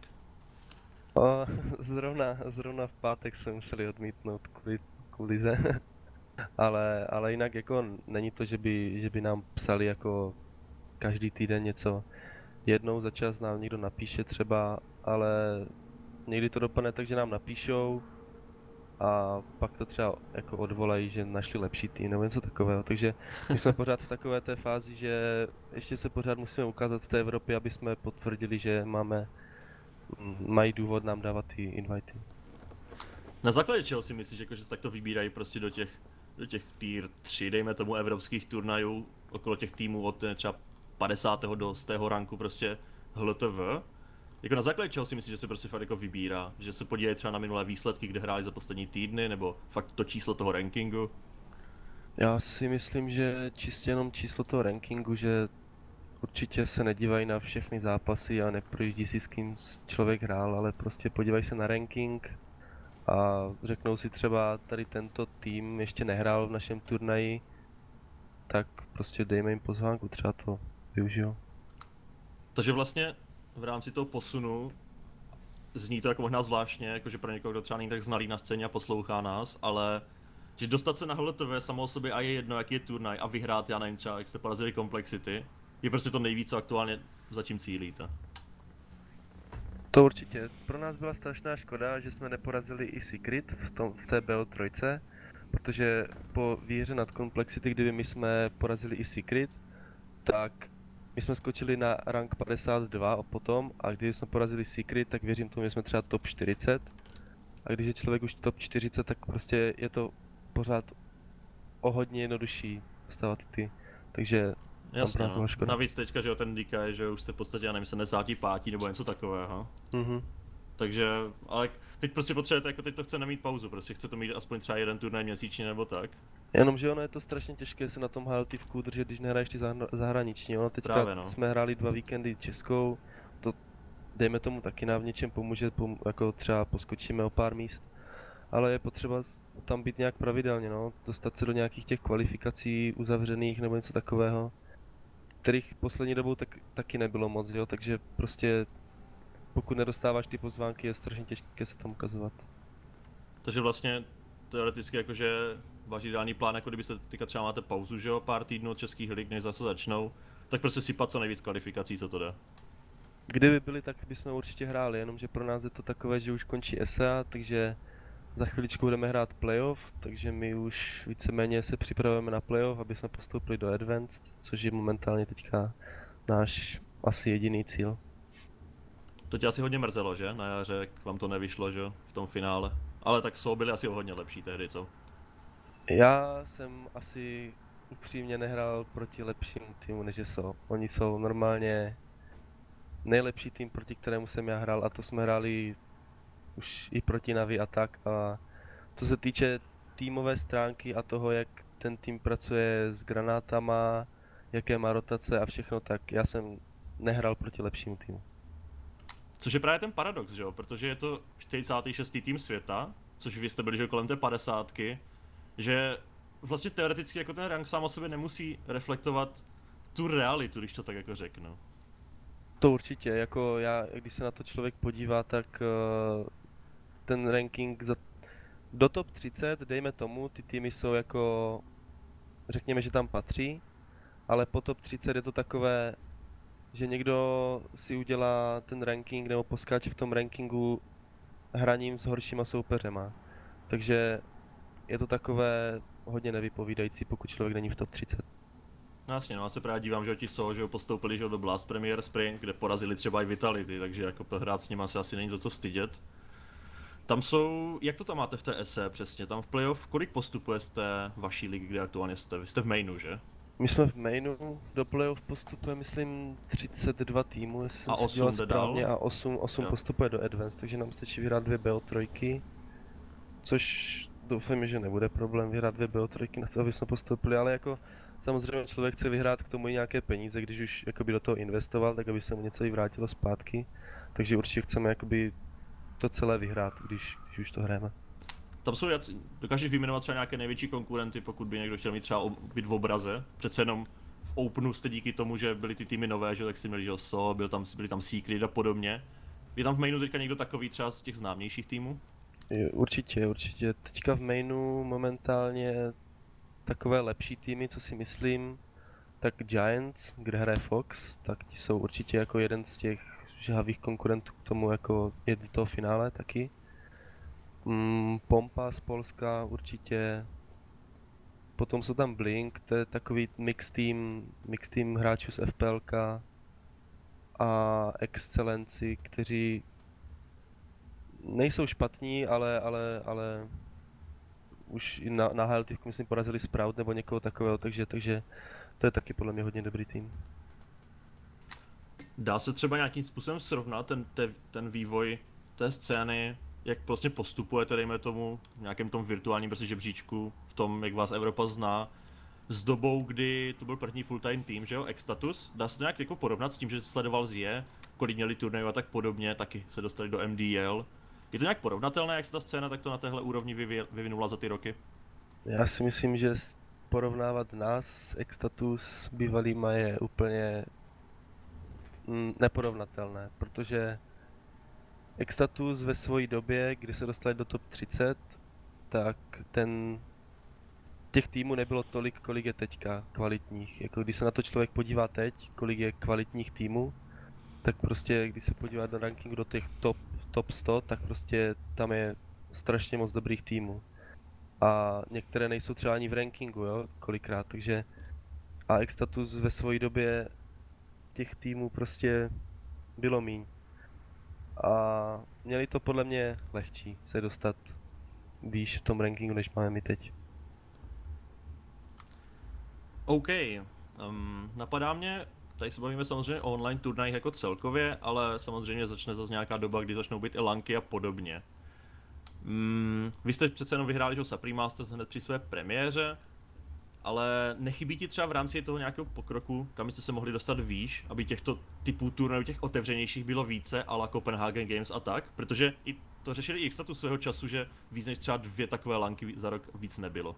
Zrovna v pátek jsme museli odmítnout kvůli lize. ale jinak jako není to, že by nám psali jako každý týden něco. Jednou za čas nám někdo napíše třeba, ale někdy to dopadne tak, že nám napíšou a pak to třeba jako odvolají, že našli lepší tým nebo něco takového. Takže my jsme pořád v takové té fázi, že ještě se pořád musíme ukázat v té Evropě, aby jsme potvrdili, že mají důvod nám dávat ty invity. Na základě čeho si myslíš, jako, že se takto vybírají prostě do těch tier 3, dejme tomu evropských turnajů, okolo těch týmů od třeba 50. do 100. ranku prostě HLTV? Jako na základě čeho si myslíš, že se prostě fakt jako vybírá? Že se podívají třeba na minulé výsledky, kde hráli za poslední týdny, nebo fakt to číslo toho rankingu? Já si myslím, že čistě jenom číslo toho rankingu, že určitě se nedívají na všechny zápasy a neprojíždí si s kým člověk hrál, ale prostě podívají se na ranking a řeknou si třeba tady tento tým ještě nehrál v našem turnaji, tak prostě dejme jim pozvánku, třeba to využiju. Takže vlastně v rámci toho posunu zní to jako možná zvláštně, jakože pro někoho, kdo třeba není tak znalý na scéně a poslouchá nás, ale že dostat se na HLTV samo o sobě a je jedno, jaký je turnaj a vyhrát, já nevím, třeba jak jste porazili Complexity, je prostě to nejvíc, co aktuálně za čím cílíte. To určitě. Pro nás byla strašná škoda, že jsme neporazili i Secret v té BO3, protože po výhře nad Complexity, kdyby my jsme porazili i Secret, tak my jsme skočili na rank 52 potom a když jsme porazili Secret, tak věřím tomu, že jsme třeba top 40. A když je člověk už top 40, tak prostě je to pořád o hodně jednodušší dostávat ty. Takže Jasně, tam byla no. škoda. Navíc teďka, že jo, ten DK, že už jste v podstatě, já nevím, 75 nebo něco takového. Takže, ale teď prostě potřebujete, jako teď to chce nemít pauzu, prostě chce to mít aspoň třeba jeden turnaj měsíčně nebo tak. Jenomže ono je to strašně těžké se na tom HLTVku udržet, když nehraješ ty zahraniční. Ono teďka Právě, no. jsme hráli 2 víkendy českou, to dejme tomu taky nám v něčem pomůže, jako třeba poskočíme o pár míst. Ale je potřeba tam být nějak pravidelně, no, dostat se do nějakých těch kvalifikací uzavřených nebo něco takového, kterých poslední dobou taky nebylo moc, jo, takže prostě pokud nedostáváš ty pozvánky, je strašně těžké se tam ukazovat. Takže vlastně teoreticky jakože váš ideální plán, jako kdybyste teďka třeba máte pauzu, že jo, pár týdnů od českých lig, než zase začnou, tak prostě sypat co nejvíc kvalifikací, co to jde. Kdyby byli, tak bychom určitě hráli, jenomže pro nás je to takové, že už končí ESEA, takže za chviličku budeme hrát playoff, takže my už víceméně se připravujeme na playoff, aby jsme postoupili do Advanced, což je momentálně teďka náš asi jediný cíl. To tě asi hodně mrzelo, že? Na jaře, jak vám to nevyšlo, že jo, v tom finále. Ale tak jsou byli asi o hodně lepší tehdy, co? Já jsem asi upřímně nehrál proti lepšímu týmu, než jsou. Oni jsou normálně nejlepší tým, proti kterému jsem já hrál, a to jsme hráli už i proti Navi a tak. A co se týče týmové stránky a toho, jak ten tým pracuje s granátama, jaké má rotace a všechno, tak já jsem nehrál proti lepšímu týmu. Což je právě ten paradox, že jo, protože je to 46. tým světa, což vy jste byli, že kolem té 50, že vlastně teoreticky jako ten rank sám o sobě nemusí reflektovat tu realitu, když to tak jako řeknu. To určitě, jako když se na to člověk podívá, tak ten ranking do top 30, dejme tomu, ty týmy jsou jako, řekněme, že tam patří, ale po top 30 je to takové, že někdo si udělá ten ranking nebo poskáče v tom rankingu hraním s horšíma soupeřema. Takže je to takové hodně nevypovídající, pokud člověk není v top 30. No jasně, no já se právě dívám, že ti jsou, že postoupili že do Blast Premier Spring, kde porazili třeba i Vitality, takže jako hrát s nima se asi není za co stydět. Tam jsou, jak to tam máte v té SE přesně, tam v playoff, kolik postupuje z té vaší ligy, kde aktuálně jste? Vy jste v mainu, že? My jsme v mainu, do playoff postupuje myslím 32 týmů, jestli jsem si dělal správně, a 8 postupuje do Advance, takže nám stačí vyhrát 2 BO3, což doufám, že nebude problém vyhrát 2 BO3 na to, aby jsme postoupili, ale jako samozřejmě člověk chce vyhrát k tomu i nějaké peníze, když už jakoby do toho investoval, tak aby se mu něco i vrátilo zpátky, takže určitě chceme jakoby to celé vyhrát, když už to hrajeme. Tam jsou dokážeš vyjmenovat třeba nějaké největší konkurenty, pokud by někdo chtěl mít třeba být v obraze. Přece jenom v Openu jste díky tomu, že byly ty týmy nové, že tak jste měli, že So, byli tam Secret a podobně. Je tam v mainu teďka někdo takový třeba z těch známějších týmů? Určitě. Teďka v mainu momentálně takové lepší týmy, co si myslím, tak Giants, kde hraje Fox, tak ti jsou určitě jako jeden z těch žhavých konkurentů k tomu, jako je do toho finále taky. Pompa z Polska určitě. Potom jsou tam Blink, to je takový mix team hráčů z FPLK a Excellenci, kteří nejsou špatní, ale už i na HLTV myslím porazili Sprout nebo někoho takového, takže to je taky podle mě hodně dobrý tým. Dá se třeba nějakým způsobem srovnat ten vývoj té scény, jak prostě postupujete, dejme tomu, v nějakém tom virtuálním prostě žebříčku, v tom, jak vás Evropa zná, s dobou, kdy to byl první full-time tým, že jo, Extatus? Dá se to nějak jako porovnat s tím, že sledoval ZE, kolik měli turnajů a tak podobně, taky se dostali do MDL. Je to nějak porovnatelné, jak se ta scéna takto na téhle úrovni vyvinula za ty roky? Já si myslím, že porovnávat nás s Extatus bývalýma je úplně neporovnatelné, protože Extatus ve své době, kdy se dostali do top 30, tak ten těch týmů nebylo tolik, kolik je teďka kvalitních. Jako když se na to člověk podívá teď, kolik je kvalitních týmů, tak prostě když se podívá na ranking do těch top 100, tak prostě tam je strašně moc dobrých týmů. A některé nejsou třeba ani v rankingu, jo, kolikrát, takže AX Status ve své době těch týmů prostě bylo míň. A měli to podle mě lehčí se dostat výš v tom rankingu, než máme my teď. OK. Napadá mě, tady se bavíme samozřejmě o online turnajích jako celkově, ale samozřejmě začne zase nějaká doba, kdy začnou být i lanky a podobně. Vy jste přece jenom vyhráli, že Supreme Masters hned při své premiéře, ale nechybí ti třeba v rámci toho nějakého pokroku, kam jste se mohli dostat výš, aby těchto typů turnajů, těch otevřenějších bylo více, a la Copenhagen Games a tak? Protože i to řešili i X-Status svého času, že víc než třeba 2 takové lanky za rok víc nebylo.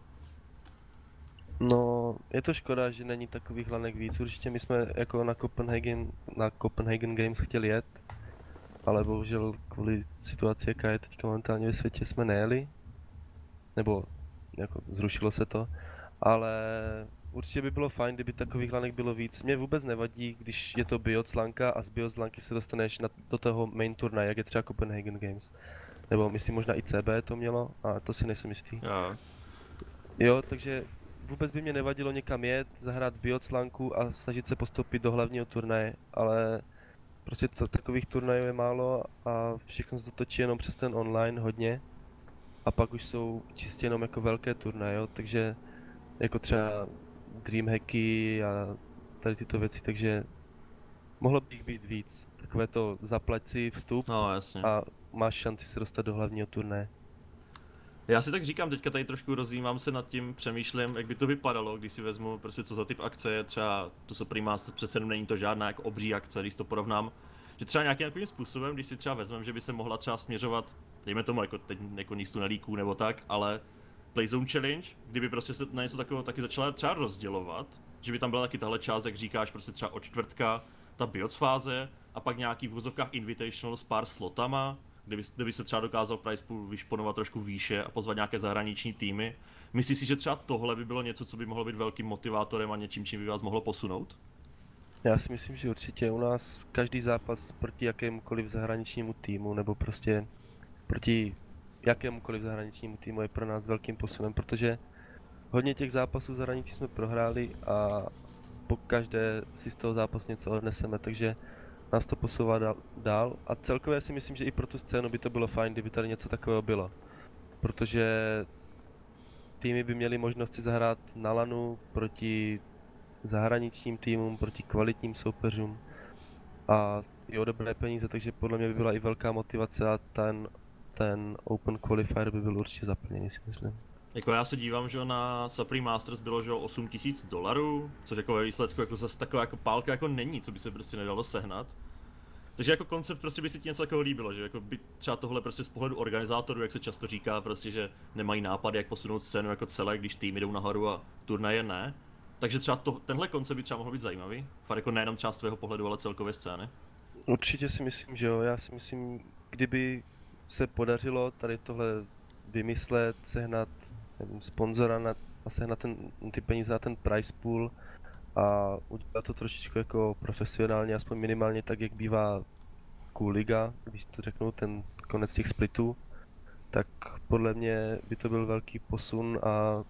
No, je to škoda, že není takových lanek víc. Určitě my jsme jako na Copenhagen Games chtěli jet, ale bohužel kvůli situaci, jaká je teďka momentálně ve světě, jsme nejeli. Nebo jako zrušilo se to. Ale určitě by bylo fajn, kdyby takových lanek bylo víc. Mě vůbec nevadí, když je to BIOS lanka a z BIOS lanky se dostaneš do toho main turnaje, jak je třeba Copenhagen Games. Nebo myslím možná i CB to mělo, a to si nejsem jistý. Jo. Jo, takže vůbec by mě nevadilo někam jet, zahrát bioclanku a snažit se postoupit do hlavního turnaje, ale prostě takových turnajů je málo a všechno se to točí jenom přes ten online hodně. A pak už jsou čistě jenom jako velké turnaje, jo, takže jako třeba Dreamhacky a tady tyto věci, takže mohlo by jich být víc. Takové to zaplať si vstup No, jasně. a máš šanci se dostat do hlavního turnaje. Já si tak říkám, teďka tady trošku rozjímám se nad tím, přemýšlím, jak by to vypadalo, když si vezmu prostě co za typ akce je, třeba to Supreme Masters, přece jenom není to žádná jako obří akce, když to porovnám, že třeba nějakým takovým způsobem, když si třeba vezmeme, že by se mohla třeba směřovat, dejme tomu jako teď jako níztu nelíků nebo tak, ale Playzone Challenge, kdyby prostě se na něco takového taky začala třeba rozdělovat, že by tam byla taky tahle část, jak říkáš, prostě třeba od čtvrtka, ta BIOS fáze a pak nějaký v vozovkách Invitational s pár slotama, kdyby se třeba dokázal prize pool vyšponovat trošku výše a pozvat nějaké zahraniční týmy. Myslíš si, že třeba tohle by bylo něco, co by mohlo být velkým motivátorem a něčím, čím by vás mohlo posunout? Já si myslím, že určitě u nás každý zápas proti jakémukoliv zahraničnímu týmu nebo prostě proti jakémukoliv zahraničnímu týmu je pro nás velkým posunem, protože hodně těch zápasů v zahraničí jsme prohráli a po každé si z toho zápasu něco odneseme, takže nás to posouvá dál a celkově si myslím, že i pro tu scénu by to bylo fajn, kdyby tady něco takového bylo, protože týmy by měly možnost si zahrát na LANu proti zahraničním týmům, proti kvalitním soupeřům a i o dobré peníze, takže podle mě by byla i velká motivace a ten Open Qualifier by byl určitě zaplněný, si myslím. Jako já se dívám, že na Supreme Masters bylo, že $8,000, což jako ve výsledku jako zase taková jako pálka jako není, co by se prostě nedalo sehnat. Takže jako koncept prostě by si ti něco takového líbilo, že jako by třeba tohle prostě z pohledu organizátorů, jak se často říká, prostě, že nemají nápady, jak posunout scénu jako celé, když týmy jdou nahoru a turnaje ne. Takže třeba tenhle koncept by třeba mohl být zajímavý, fakt jako nejenom třeba z tvého pohledu, ale celkově scény. Určitě si myslím, že jo, já si myslím, kdyby se podařilo tady tohle vymyslet, sehnat nevím, sponzora a sehnat ty peníze na ten prize pool a udělat to trošičku jako profesionálně, aspoň minimálně tak, jak bývá Cool Liga, když to řeknu, ten konec těch splitů, tak podle mě by to byl velký posun a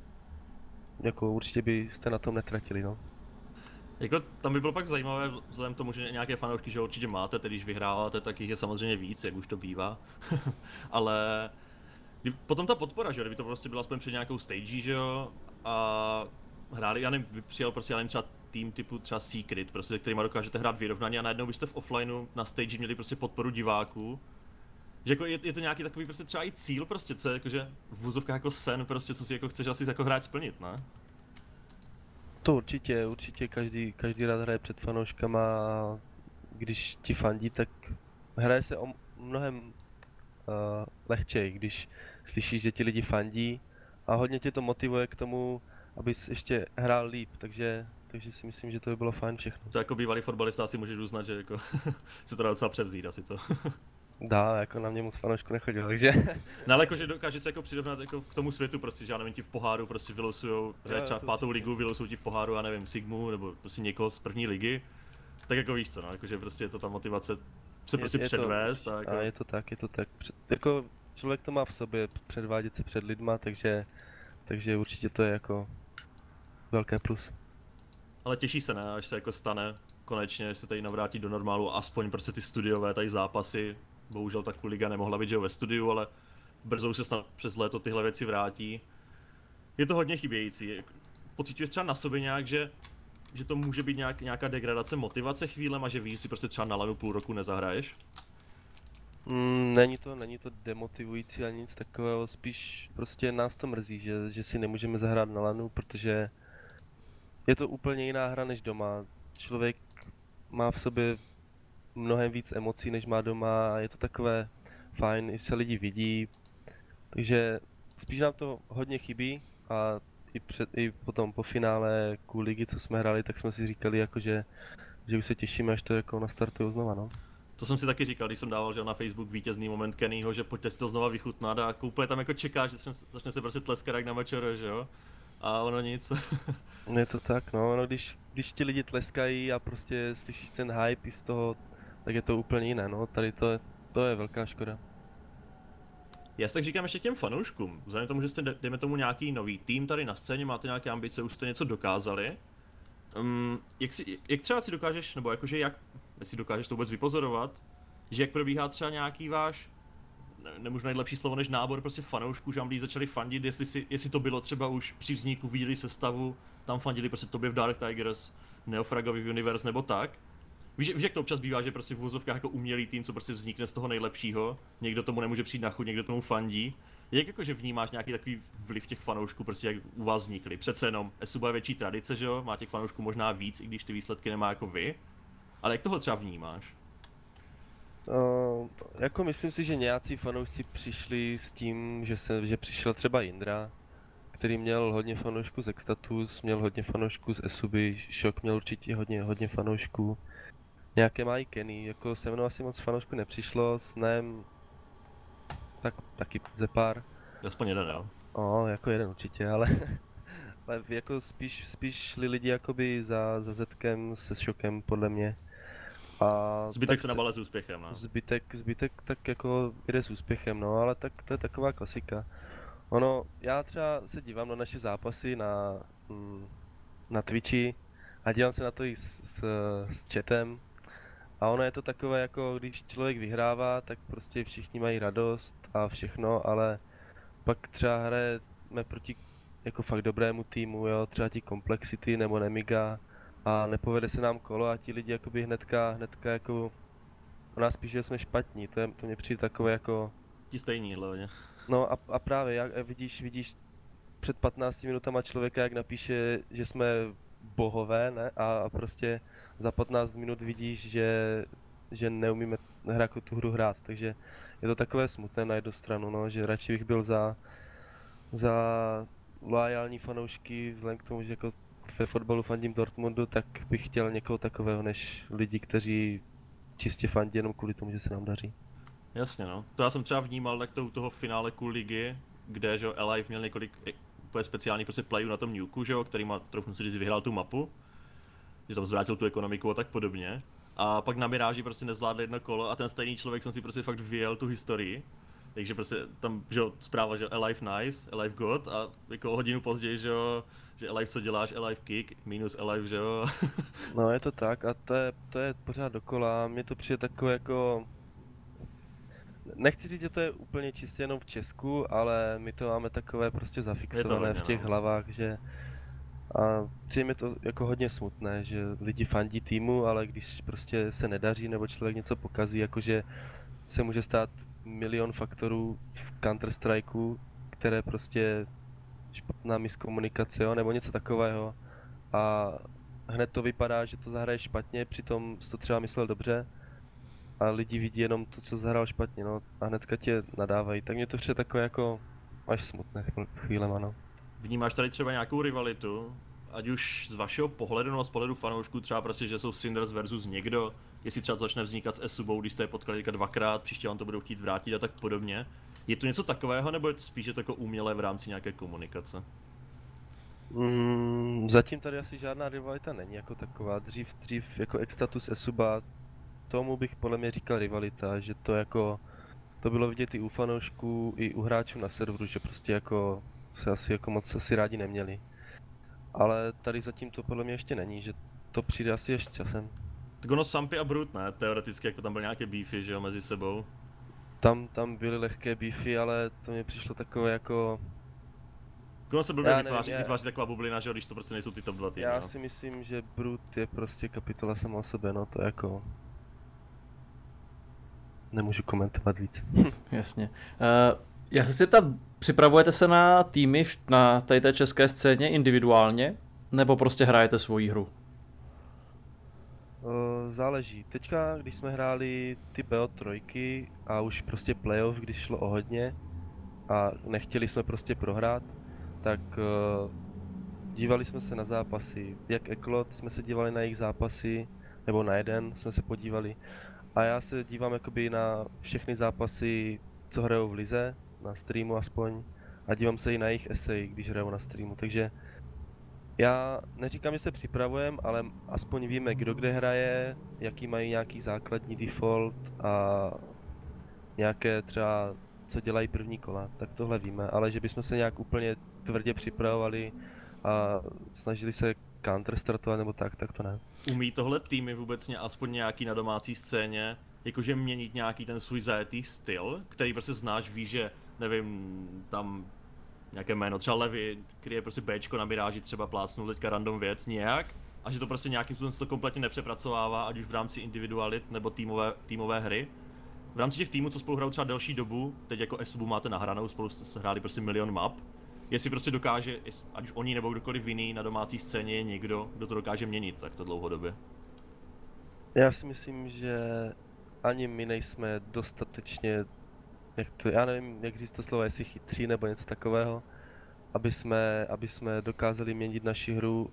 jako určitě byste na tom netratili, no. Jako tam by bylo pak zajímavé, vzhledem k tomu, že nějaké fanoušky, že určitě máte, tedy když vyhráváte, tak jich je samozřejmě víc, jak už to bývá. Ale potom ta podpora, že jo, kdyby to prostě bylo aspoň před nějakou stage, že jo, a hráli, já nevím, by přijel prostě, já nevím, třeba tým typu třeba Secret, prostě, se kterýma dokážete hrát vyrovnaně a najednou byste v offlineu na stage měli prostě podporu diváků. Že jako je to nějaký takový prostě třeba i cíl prostě, co je jakože v vůzovkách jako sen prostě, co si jako chceš asi jako hrát splnit, ne? To určitě každý rád hraje před fanouškama a když ti fandí, tak hraje se o mnohem lehčej, když slyšíš, že ti lidi fandí a hodně tě to motivuje k tomu, abys ještě hrál líp, takže si myslím, že to by bylo fajn všechno. To jako bývalý fotbalista asi můžeš uznat, že jako se to dá docela převzít asi, co? Dá, jako na mě moc fanoušku nechodil, takže... No ale jakože dokáže se jako přirovnat jako k tomu světu prostě, že já nevím, ti v poháru prostě vylosujou, že třeba to pátou určitě. ligu vylosujou ti v poháru, já nevím, Sigmu, nebo prostě někoho z první ligy. Tak jako víš co, no, jakože prostě je to ta motivace se prostě předvést a jako... A je to tak, je to tak. Jako člověk to má v sobě, předvádět se před lidma, takže určitě to je jako velké plus. Ale těší se, ne, až se jako stane konečně, až se tady navrátí do normálu, aspoň prostě ty studiové tady zápasy. Bohužel ta liga nemohla být, že jo, ve studiu, ale brzo už se snad přes léto tyhle věci vrátí. Je to hodně chybějící. Pocítíš třeba na sobě nějak, že to může být nějaká degradace motivace chvílem a že víš, si prostě třeba na lanu půl roku nezahraješ? Není to demotivující ani nic takového, spíš prostě nás to mrzí, že si nemůžeme zahrát na lanu, protože je to úplně jiná hra než doma. Člověk má v sobě mnohem víc emocí, než má doma a je to takové fajn, i se lidi vidí, takže spíš nám to hodně chybí a i potom po finále ligy, co jsme hráli, tak jsme si říkali jako, že už se těšíme, až to jako nastartují znova, no. To jsem si taky říkal, když jsem dával že na Facebook vítězný moment Kennyho, že pojďte si to znova vychutnat a úplně tam jako čeká, že začne se prostě tleskat jak na večer, že jo? A ono nic. Je to tak, no, když ti lidi tleskají a prostě slyšíš ten hype i z toho, tak je to úplně jiné, no, tady to je velká škoda. Já si tak říkám ještě těm fanouškům, vzhledem k tomu, že jste, dejme tomu nějaký nový tým tady na scéně, máte nějaké ambice, už jste něco dokázali. Jak třeba si dokážeš, nebo jakože jestli dokážeš to vůbec vypozorovat, že jak probíhá třeba nějaký váš, nemůžu najít lepší slovo než nábor prostě fanoušků, že vám lidi začali fandit, jestli to bylo třeba už při vzniku, viděli sestavu, tam fandili prostě tobě v Dark Tigers, Neofragovi v Universe nebo tak. Víš, jak to občas bývá, že prostě v úvozovkách jako umělý tým, co prostě vznikne z toho nejlepšího, někdo tomu nemůže přijít na chuť, někdo tomu fandí. Jak jakože vnímáš nějaký takový vliv těch fanoušků, prostě jak u vás vznikly? Přece jenom SUB je větší tradice, že jo? Má těch fanoušků možná víc, i když ty výsledky nemá jako vy. Ale jak tohle třeba vnímáš? Jako myslím si, že nějací fanoušci přišli s tím, že přišel třeba Jindra, který měl hodně fanoušků z Extatus, měl hodně fanoušků z Esuby, Shock měl určitě hodně fanoušků. Nějaké mají Kenny, jako se mnou asi moc fanoušků nepřišlo, s Nem taky ze pár. Aspoň jeden, jo. Jako jeden určitě, ale, ale jako spíš šli lidi jakoby za Zetkem se Shockem podle mě. A Zbytek se nabale s úspěchem, no. Zbytek tak jako jde s úspěchem, no, ale tak to je taková klasika. Já třeba se dívám na naše zápasy na Twitchi a dívám se na to i s chatem. A ono je to takové jako, když člověk vyhrává, tak prostě všichni mají radost a všechno, ale pak třeba hrajeme proti jako fakt dobrému týmu, jo, třeba ti Complexity nebo Nemiga a nepovede se nám kolo a ti lidi jakoby hnedka jako o nás píše, že jsme špatní, to mě přijde takové jako... Ti stejní hlavně. No a právě, vidíš před 15 minutama člověka, jak napíše, že jsme bohové, ne? A prostě za 15 minut vidíš, že neumíme jako tu hru hrát, takže je to takové smutné na jednu stranu, no, že radši bych byl za loajální fanoušky, vzhledem k tomu, že jako ve fotbalu fandím Dortmundu, tak bych chtěl někoho takového, než lidi, kteří čistě fandí jenom kvůli tomu, že se nám daří. Jasně, no. To já jsem třeba vnímal tak to u toho finále ligy, kde že Alive měl několik úplně speciálních prostě playů na tom Nuku, že jo, který má trochu si říct vyhrál tu mapu, že tam zvrátil tu ekonomiku a tak podobně. A pak na Miráži prostě nezvládl jedno kolo a ten stejný člověk jsem si prostě fakt vyjel tu historii. Takže prostě tam, že jo, zpráva, že Alive nice, Alive god a jako hodinu později, že jo, že Alive co děláš, Alive kick, minus Alive, že jo. No je to tak a to je pořád dokola, mně to přijde takové jako... Nechci říct, že to je úplně čistě jenom v Česku, ale my to máme takové prostě zafixované hodně, v těch hlavách, že... A přijde mi to jako hodně smutné, že lidi fandí týmu, ale když prostě se nedaří nebo člověk něco pokazí, jakože se může stát milion faktorů v Counter-Strikeu, které prostě špatná miskomunikace, jo, nebo něco takového. A hned to vypadá, že to zahraje špatně, přitom jsi to třeba myslel dobře. A lidi vidí jenom to, co zahrál špatně, no, a hnedka tě nadávají, tak mě to přijde takové jako až smutné chvílema, no. Vnímáš tady třeba nějakou rivalitu, ať už z vašeho pohledu, no z pohledu fanoušků, třeba prostě, že jsou Cinders versus někdo, jestli třeba to začne vznikat s Esubou, když jste je potkali teďka dvakrát, příště vám to budou chtít vrátit a tak podobně. Je to něco takového, nebo je to spíše jako umělé v rámci nějaké komunikace? Zatím tady asi žádná rivalita není jako taková. Dřív jako Extatus Esuba, tomu bych podle mě říkal rivalita, že to jako, to bylo vidět i u fanoušků, i u hráčů na serveru, že prostě jako se asi jako moc asi rádi neměli. Ale tady zatím to podle mě ještě není, že to přijde asi ještě časem. Tak ono Sampy a Brute, ne? Teoreticky jako tam byly nějaké beefy, že jo, mezi sebou. Tam byly lehké beefy, ale to mě přišlo takové jako... Ono se blbě vytváří taková bublina, že jo, když to prostě nejsou ty top 2 týmy. Já si myslím, že Brute je prostě kapitola sama o sobě, no to jako... Nemůžu komentovat víc. Jasně. Já se chci zeptat, připravujete se na týmy na té české scéně individuálně, nebo prostě hrajete svoji hru? Záleží. Teďka, když jsme hráli ty BO3 a už prostě playoff, když šlo o hodně a nechtěli jsme prostě prohrát, tak dívali jsme se na zápasy. Jak Eklot jsme se dívali na jejich zápasy, nebo na jeden jsme se podívali. A já se dívám jakoby na všechny zápasy, co hrajou v lize, na streamu aspoň. A dívám se i na jejich esej, když hrajou na streamu, takže já neříkám, že se připravujeme, ale aspoň víme, kdo kde hraje, jaký mají nějaký základní default a nějaké třeba, co dělají první kola, tak tohle víme, ale že bychom se nějak úplně tvrdě připravovali a snažili se counter startovat nebo tak to ne. Umí tohle týmy vůbec aspoň nějaký na domácí scéně, jakože měnit nějaký ten svůj zajetý styl, který prostě znáš, víš, že nevím, tam nějaké jméno, třeba Levy, který je prostě Bčko na Miráži, třeba plácnul teďka random věc nějak, a že to prostě nějakým způsobem se to kompletně nepřepracovává, ať už v rámci individualit nebo týmové hry. V rámci těch týmů, co spolu hrajou třeba delší dobu, teď jako Esubu máte nahranou, spolu se hráli prostě milion map, jestli prostě dokáže, ať už oni nebo kdokoliv jiný na domácí scéně je někdo, kdo to dokáže měnit takto dlouhodobě. Já si myslím, že ani my nejsme dostatečně, já nevím, jak říct to slovo, jestli chytří nebo něco takového, aby jsme dokázali měnit naši hru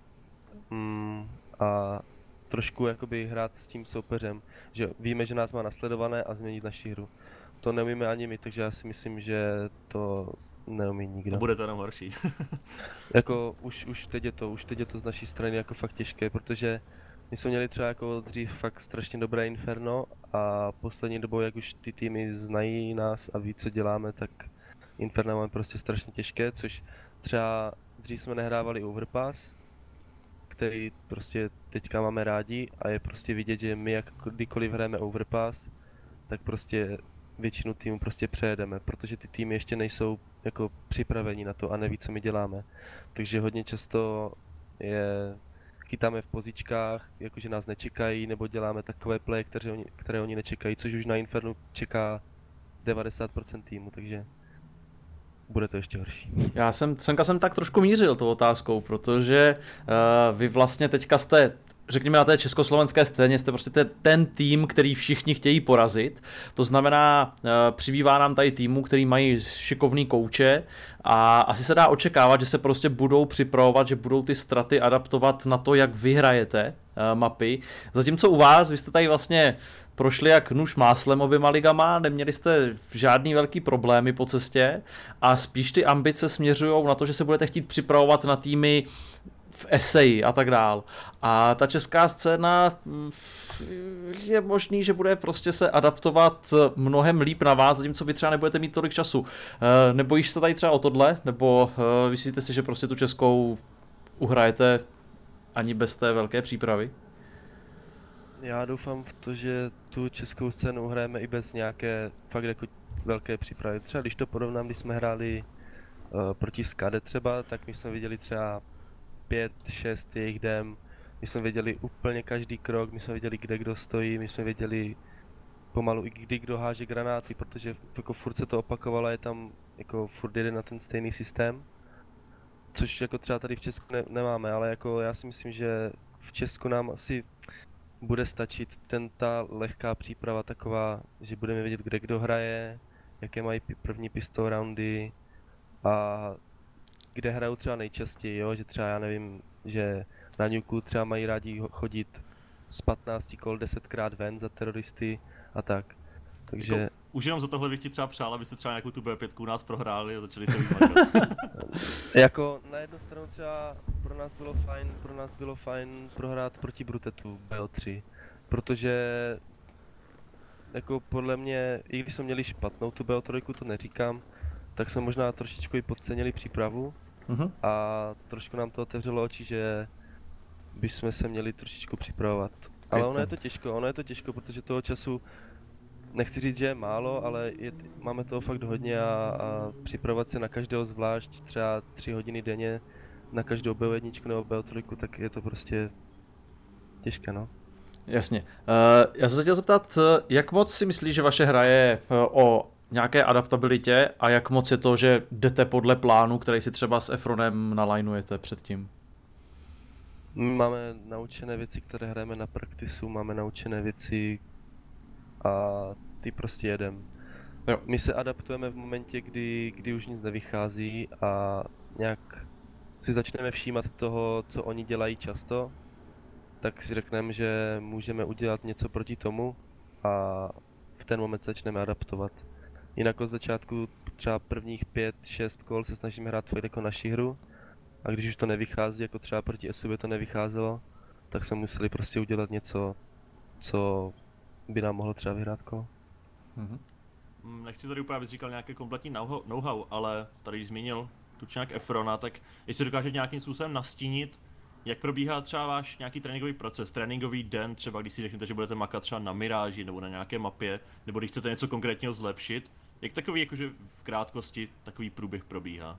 a trošku jakoby hrát s tím soupeřem, že víme, že nás má nasledované a změnit naši hru. To neumíme ani my, takže já si myslím, že to neumí nikdo. A bude to jenom horší. Jako už teď je to z naší strany jako fakt těžké, protože my jsme měli třeba jako dřív fakt strašně dobré Inferno a poslední dobou, jak už ty týmy znají nás a ví, co děláme, tak Inferno máme prostě strašně těžké, což třeba dřív jsme nehrávali Overpass, který prostě teďka máme rádi a je prostě vidět, že my kdykoliv hrajeme Overpass, tak prostě většinu týmu prostě přejedeme, protože ty týmy ještě nejsou jako připraveni na to a neví, co my děláme. Takže hodně často je chytáme v pozičkách, jakože nás nečekají, nebo děláme takové play, které oni nečekají, což už na Infernu čeká 90% týmu, takže bude to ještě horší. Semka jsem tak trošku mířil tou otázkou, protože vy vlastně teďka jste, řekněme, na té československé scéně jste prostě ten tým, který všichni chtějí porazit. To znamená, přibývá nám tady týmů, který mají šikovný kouče a asi se dá očekávat, že se prostě budou připravovat, že budou ty straty adaptovat na to, jak vyhrajete mapy. Zatímco u vás, vy jste tady vlastně prošli jak nůž máslem oběma ligama, neměli jste žádný velký problémy po cestě a spíš ty ambice směřují na to, že se budete chtít připravovat na týmy v eseji a tak dál. A ta česká scéna je možný, že bude prostě se adaptovat mnohem líp na vás, zatímco vy třeba nebudete mít tolik času. Nebojíš se tady třeba o tohle? Nebo myslíte si, že prostě tu českou uhrajete ani bez té velké přípravy? Já doufám v to, že tu českou scénu hrajeme i bez nějaké fakt jako velké přípravy. Třeba když to porovnám, když jsme hráli proti Skade třeba, tak my jsme viděli třeba 5-6 jejich dem, my jsme věděli úplně každý krok, my jsme věděli, kde kdo stojí, my jsme věděli pomalu i kdy kdo háže granáty, protože jako furt se to opakovalo, je tam jako furt jede na ten stejný systém, což jako třeba tady v Česku nemáme, ale jako já si myslím, že v Česku nám asi bude stačit ta lehká příprava taková, že budeme vědět, kde kdo hraje, jaké mají první pistol roundy a kde hrajou třeba nejčastěji, jo? Že třeba já nevím, že na Nuku třeba mají rádi chodit z 15 kol 10krát ven za teroristy a tak. Takže... Jako, už jenom za tohle bych ti třeba přál, abyste třeba nějakou tu B5 u nás prohráli a začali se vymakat. Jako na jednu stranu třeba pro nás bylo fajn prohrát proti Brutetu BO3, protože jako podle mě, i když jsme měli špatnou tu BO3, to neříkám, tak jsme možná trošičku i podcenili přípravu a trošku nám to otevřelo oči, že bychom se měli trošičku připravovat. Ale ono je to těžko, protože toho času, nechci říct, že je málo, ale máme toho fakt hodně a připravovat se na každého zvlášť třeba 3 hodiny denně na každou BO1 nebo BO3, tak je to prostě těžké, no. Jasně. Já se chtěl zeptat, jak moc si myslíš, že vaše hra je o nějaké adaptabilitě a jak moc je to, že jdete podle plánu, který si třeba s Efronem nalajnujete předtím? My máme naučené věci, které hrajeme na praktisu, máme naučené věci a ty prostě jedem. Jo. My se adaptujeme v momentě, kdy už nic nevychází a nějak si začneme všímat toho, co oni dělají často, tak si řekneme, že můžeme udělat něco proti tomu a v ten moment začneme adaptovat. Jinak od začátku třeba prvních 5-6 kol se snažíme hrát fakt jako naši hru a když už to nevychází, jako třeba proti SUB to nevycházelo, tak jsme museli prostě udělat něco, co by nám mohlo třeba vyhrát kolo. Nechci tady úplně, abys říkal nějaké kompletní know-how, ale tady zmínil tučňák Efrona, tak jestli dokážeš nějakým způsobem nastínit, jak probíhá třeba váš nějaký tréninkový proces, tréninkový den, třeba když si řeknete, že budete makat třeba na Miráži nebo na nějaké mapě, nebo když chcete něco konkrétního zlepšit, jak takový, jakože v krátkosti, takový průběh probíhá?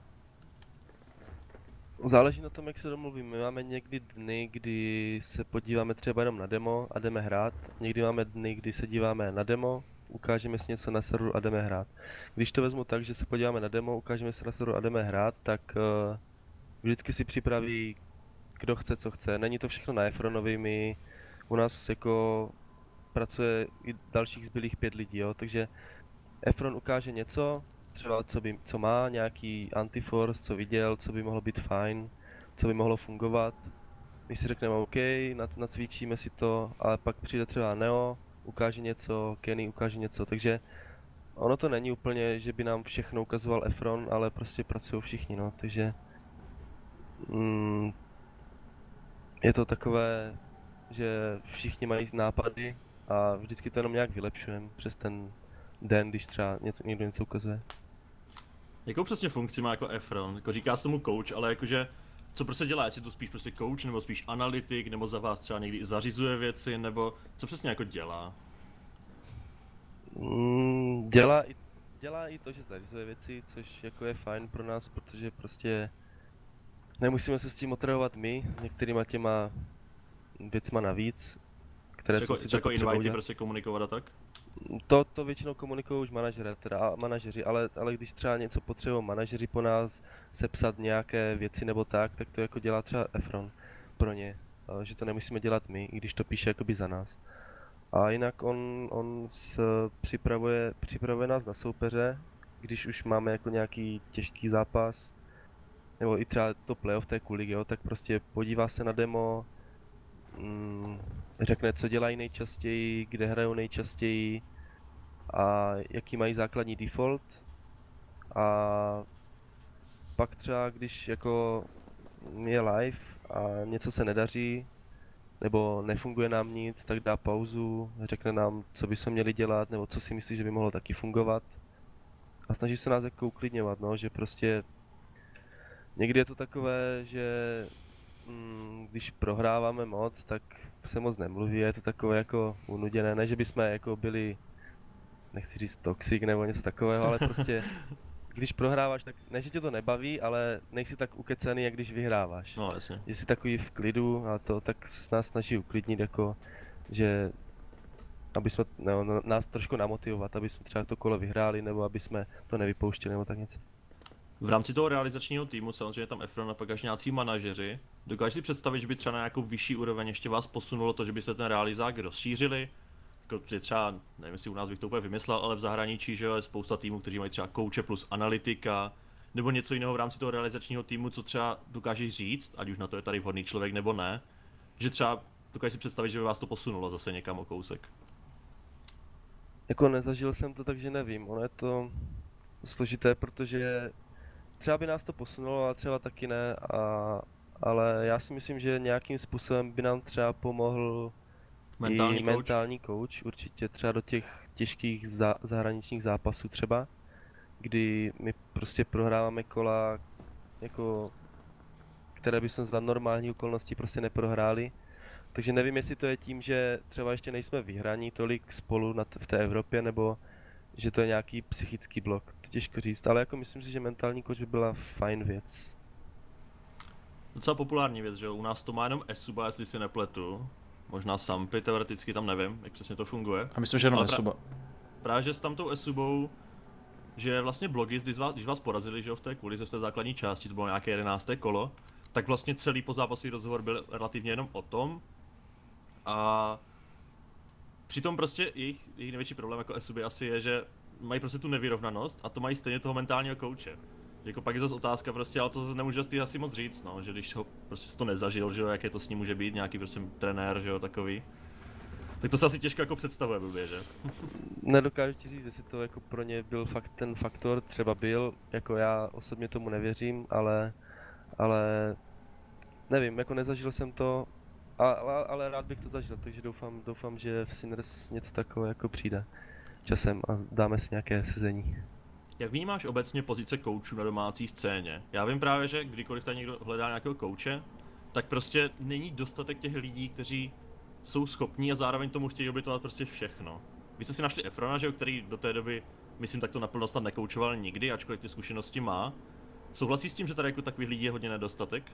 Záleží na tom, jak se domluvíme. My máme někdy dny, kdy se podíváme třeba jenom na demo a jdeme hrát. Někdy máme dny, kdy se díváme na demo, ukážeme si něco na serveru a jdeme hrát. Když to vezmu tak, že se podíváme na demo, ukážeme si na serveru a jdeme hrát, tak vždycky si připraví kdo chce, co chce. Není to všechno na Efronovi, my u nás jako pracuje i dalších zbylých 5 lidí, jo, takže Efron ukáže něco, třeba co má, nějaký antiforce, co viděl, co by mohlo být fajn, co by mohlo fungovat. My si řekneme OK, nacvičíme si to, ale pak přijde třeba Neo, ukáže něco, Kenny ukáže něco, takže ono to není úplně, že by nám všechno ukazoval Efron, ale prostě pracují všichni, no, takže je to takové, že všichni mají nápady a vždycky to jenom nějak vylepšujeme přes ten den, když třeba někdo něco ukazuje. Jakou přesně funkci má jako Efron? Jako říká se tomu coach, ale jakože co prostě dělá? Jestli to spíš prostě coach, nebo spíš analytik, nebo za vás třeba někdy zařizuje věci, nebo co přesně jako dělá? Dělá i to, že zařizuje věci, což jako je fajn pro nás, protože prostě nemusíme se s tím otravovat my, některýma těma věcma navíc, které jsou si jako invite prostě komunikovat a tak? To většinou komunikují už manažeři, ale když třeba něco potřebují manažeři po nás sepsat nějaké věci nebo tak to jako dělá třeba Efron pro ně, že to nemusíme dělat my, i když to píše jakoby za nás. A jinak on připravuje nás na soupeře, když už máme jako nějaký těžký zápas, nebo i třeba to playoff té kuligy, jo, tak prostě podívá se na demo, řekne, co dělají nejčastěji, kde hrajou nejčastěji a jaký mají základní default. A pak třeba, když jako je live a něco se nedaří, nebo nefunguje nám nic, tak dá pauzu, řekne nám, co bychom měli dělat, nebo co si myslí, že by mohlo taky fungovat. A snaží se nás jako uklidňovat, no, že prostě někdy je to takové, že když prohráváme moc, tak se moc nemluví, je to takové jako unuděné, ne že bychom jako byli, nechci říct toxic nebo něco takového, ale prostě když prohráváš, tak ne že tě to nebaví, ale nejsi tak ukecený, jak když vyhráváš. No jasně. Že jsi takový v klidu a to tak se nás snaží uklidnit jako, že aby jsme nás trošku namotivovat, aby jsme třeba to kolo vyhráli, nebo aby jsme to nevypouštěli, nebo tak něco. V rámci toho realizačního týmu samozřejmě tam Efron a pak až nějací manažeři. Dokážeš si představit, že by třeba na nějakou vyšší úroveň ještě vás posunulo to, že byste ten realizák rozšířili? Jako třeba, nevím jestli u nás bych to úplně vymyslel, ale v zahraničí, že je spousta týmů, kteří mají třeba kouče plus analytika, nebo něco jiného v rámci toho realizačního týmu, co třeba dokážeš říct, ať už na to je tady vhodný člověk nebo ne, že třeba dokážu si představit, že by vás to posunulo zase někam o kousek. Jako nezažil jsem to, takže nevím. Ono je to složité, protože třeba by nás to posunulo, ale třeba taky ne. Ale já si myslím, že nějakým způsobem by nám třeba pomohl Mentální i coach? mentální coach, určitě třeba do těch těžkých zahraničních zápasů třeba, kdy my prostě prohráváme kola, jako, které bychom za normální okolností prostě neprohráli. Takže nevím, jestli to je tím, že třeba ještě nejsme vyhraní tolik spolu v té Evropě, nebo že to je nějaký psychický blok, to těžko říct, ale jako myslím si, že mentální coach by byla fajn věc. Docela populární věc, že jo, u nás to má jenom Esuba, jestli si nepletu. Možná Sampy, teoreticky tam nevím, jak přesně to funguje. A myslím, že jenom Ale Esuba. Právě, že s tamtou Esubou, že vlastně blogy, když vás porazili, že jo, v té kulize, v té základní části, to bylo nějaké 11. kolo, tak vlastně celý pozápasový rozhovor byl relativně jenom o tom. A přitom prostě jejich největší problém jako Esuby asi je, že mají prostě tu nevyrovnanost a to mají stejně toho mentálního kouče. Jako pak je zase otázka prostě, ale to zase nemůže ty asi moc říct, no, že když ho prostě to nezažil, že jo, jaké to s ním může být, nějaký prostě trenér, že jo, takový. Tak to se asi těžko jako představuje blbě, že? Nedokážu ti říct, jestli to jako pro ně byl fakt ten faktor, třeba byl, jako já osobně tomu nevěřím, ale nevím, jako nezažil jsem to, ale rád bych to zažil, takže doufám, že v Sinners něco takového jako přijde časem a dáme si nějaké sezení. Jak vnímáš obecně pozice koučů na domácí scéně? Já vím právě, že kdykoliv tady někdo hledá nějakého kouče, tak prostě není dostatek těch lidí, kteří jsou schopní a zároveň tomu chtějí obětovat prostě všechno. Vy jste si našli Efrona, že jo, který do té doby, myslím, tak to naplno snad nekoučoval nikdy, ačkoliv ty zkušenosti má. Souhlasí s tím, že tady jako takových lidí je hodně nedostatek?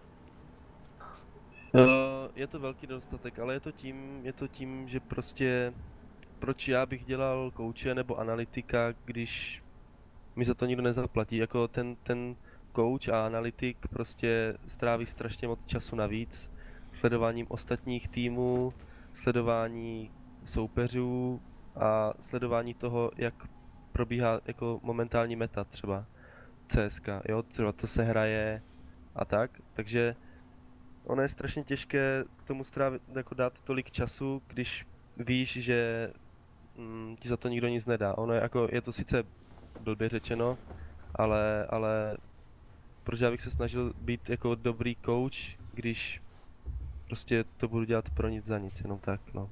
Je to velký nedostatek, ale je to tím, že prostě proč já bych dělal kouče nebo analytika, když mi za to nikdo nezaplatí, jako ten coach a analytik prostě stráví strašně moc času navíc sledováním ostatních týmů, sledování soupeřů a sledování toho, jak probíhá jako momentální meta třeba CSka, jo, třeba to se hraje a tak, takže ono je strašně těžké k tomu strávit, jako dát tolik času, když víš, že ti za to nikdo nic nedá. Ono je jako, je to sice blbě řečeno, ale proč já bych se snažil být jako dobrý coach, když prostě to budu dělat pro nic za nic, jenom tak, no.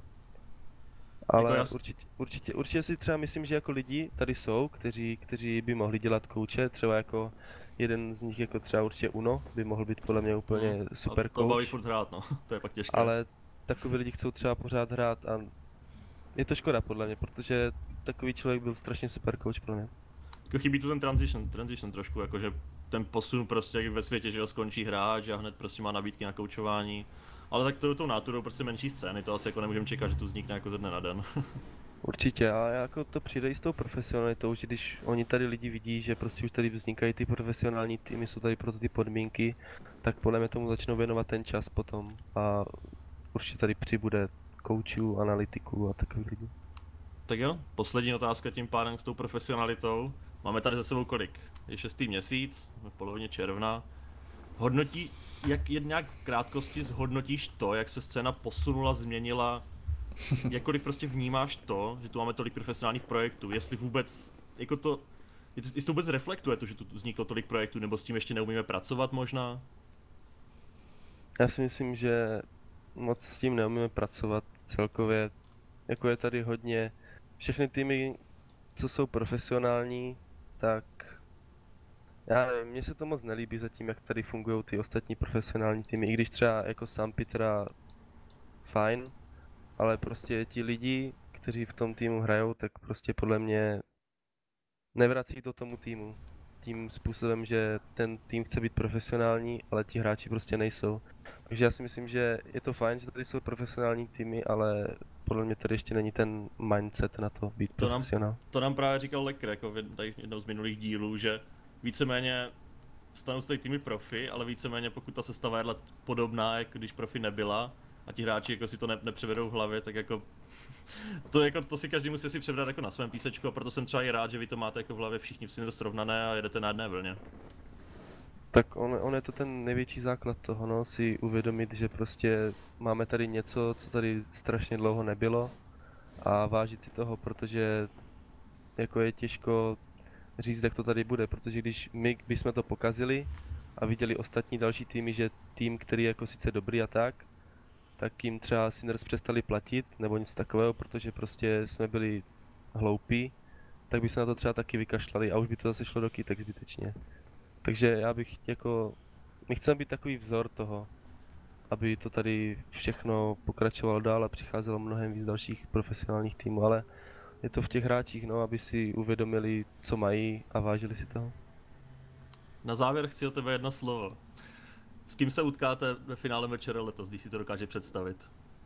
Ale Jako určitě si třeba myslím, že jako lidi tady jsou, kteří by mohli dělat kouče, třeba jako jeden z nich jako třeba určitě Uno, by mohl být podle mě úplně super a to baví coach, furt hrát, no, to je pak těžké. ale takový lidi chcou třeba pořád hrát a je to škoda podle mě, protože takový člověk byl strašně super coach pro mě. Jako chybí tu ten transition trošku, jakože ten posun prostě jak ve světě, že ho skončí hráč a hned prostě má nabídky na koučování. Ale tak to je tou náturou prostě menší scény, to asi jako nemůžeme čekat, že tu vznikne jako ze dne na den. Určitě, a jako to přijde i s tou profesionalitou, že když oni tady lidi vidí, že prostě už tady vznikají ty profesionální týmy, jsou tady pro ty podmínky, tak podle mě tomu začnou věnovat ten čas potom a určitě tady přibude koučů, analytiků a takových lidí. Tak jo, poslední otázka tím pádem s tou profesionalitou. Máme tady za sebou kolik? Je 6. měsíc, jsme v polovině června. Hodnotí, jak nějak v krátkosti zhodnotíš to, jak se scéna posunula, změnila, jakkoliv prostě vnímáš to, že tu máme tolik profesionálních projektů, jestli vůbec, jako to, jestli to vůbec reflektuje to, že tu vzniklo tolik projektů, nebo s tím ještě neumíme pracovat možná? Já si myslím, že moc s tím neumíme pracovat celkově, jako je tady hodně, všechny týmy, co jsou profesionální, tak já nevím, mně se to moc nelíbí zatím, jak tady fungují ty ostatní profesionální týmy, i když třeba jako Sampy teda fajn, ale prostě ti lidi, kteří v tom týmu hrajou, tak prostě podle mě nevrací to tomu týmu. Tím způsobem, že ten tým chce být profesionální, ale ti hráči prostě nejsou. Takže já si myslím, že je to fajn, že tady jsou profesionální týmy, ale podle mě tady ještě není ten mindset na to být profesionál. To nám právě říkal Lekr, jako v jednou z minulých dílů, že víceméně stanou se tady týmy profi, ale víceméně pokud ta sestava je podobná, jako když profi nebyla a ti hráči jako si to nepřevedou v hlavě, tak jako to si každý musí si přebrat jako na svém písečku a proto jsem třeba i rád, že vy to máte jako v hlavě všichni si to srovnané a jedete na jedné vlně. Tak on je to ten největší základ toho, no, si uvědomit, že prostě máme tady něco, co tady strašně dlouho nebylo a vážit si toho, protože jako je těžko říct, jak to tady bude, protože když my bychom to pokazili a viděli ostatní další týmy, že tým, který je jako sice dobrý a tak jim třeba Sinners přestali platit nebo nic takového, protože prostě jsme byli hloupí, tak by se na to třeba taky vykašlali a už by to zase šlo do kytek zbytečně. Takže já bych jako, my chceme být takový vzor toho, aby to tady všechno pokračovalo dál a přicházelo mnohem víc dalších profesionálních týmů, ale je to v těch hráčích, no, aby si uvědomili, co mají a vážili si toho. Na závěr chci od tebe jedno slovo. S kým se utkáte ve finále večera letos, když si to dokáže představit?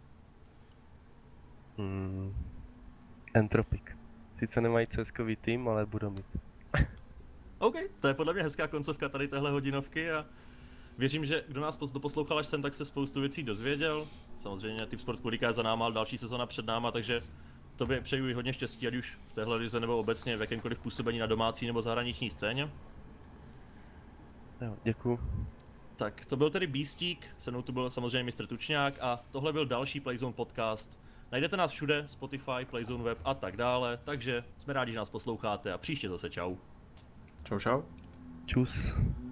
Entropic. Sice nemají CSkový tým, ale budou mít. OK, to je podle mě hezká koncovka tady téhle hodinovky a věřím, že kdo nás doposlouchal až sem, tak se spoustu věcí dozvěděl. Samozřejmě Team Sport Qualica je za náma, ale další sezona před náma, takže tobě přeju i hodně štěstí, ať už v téhle lize nebo obecně v jakémkoliv působení na domácí nebo zahraniční scéně. Jo, děkuju. Tak to byl tedy Beastík, se mnou tu byl samozřejmě Mistr Tučňák a tohle byl další Playzone podcast. Najdete nás všude, Spotify, Playzone web a tak dále, takže jsme rádi, že nás posloucháte a příště zase čau. Čau, čau. Čus.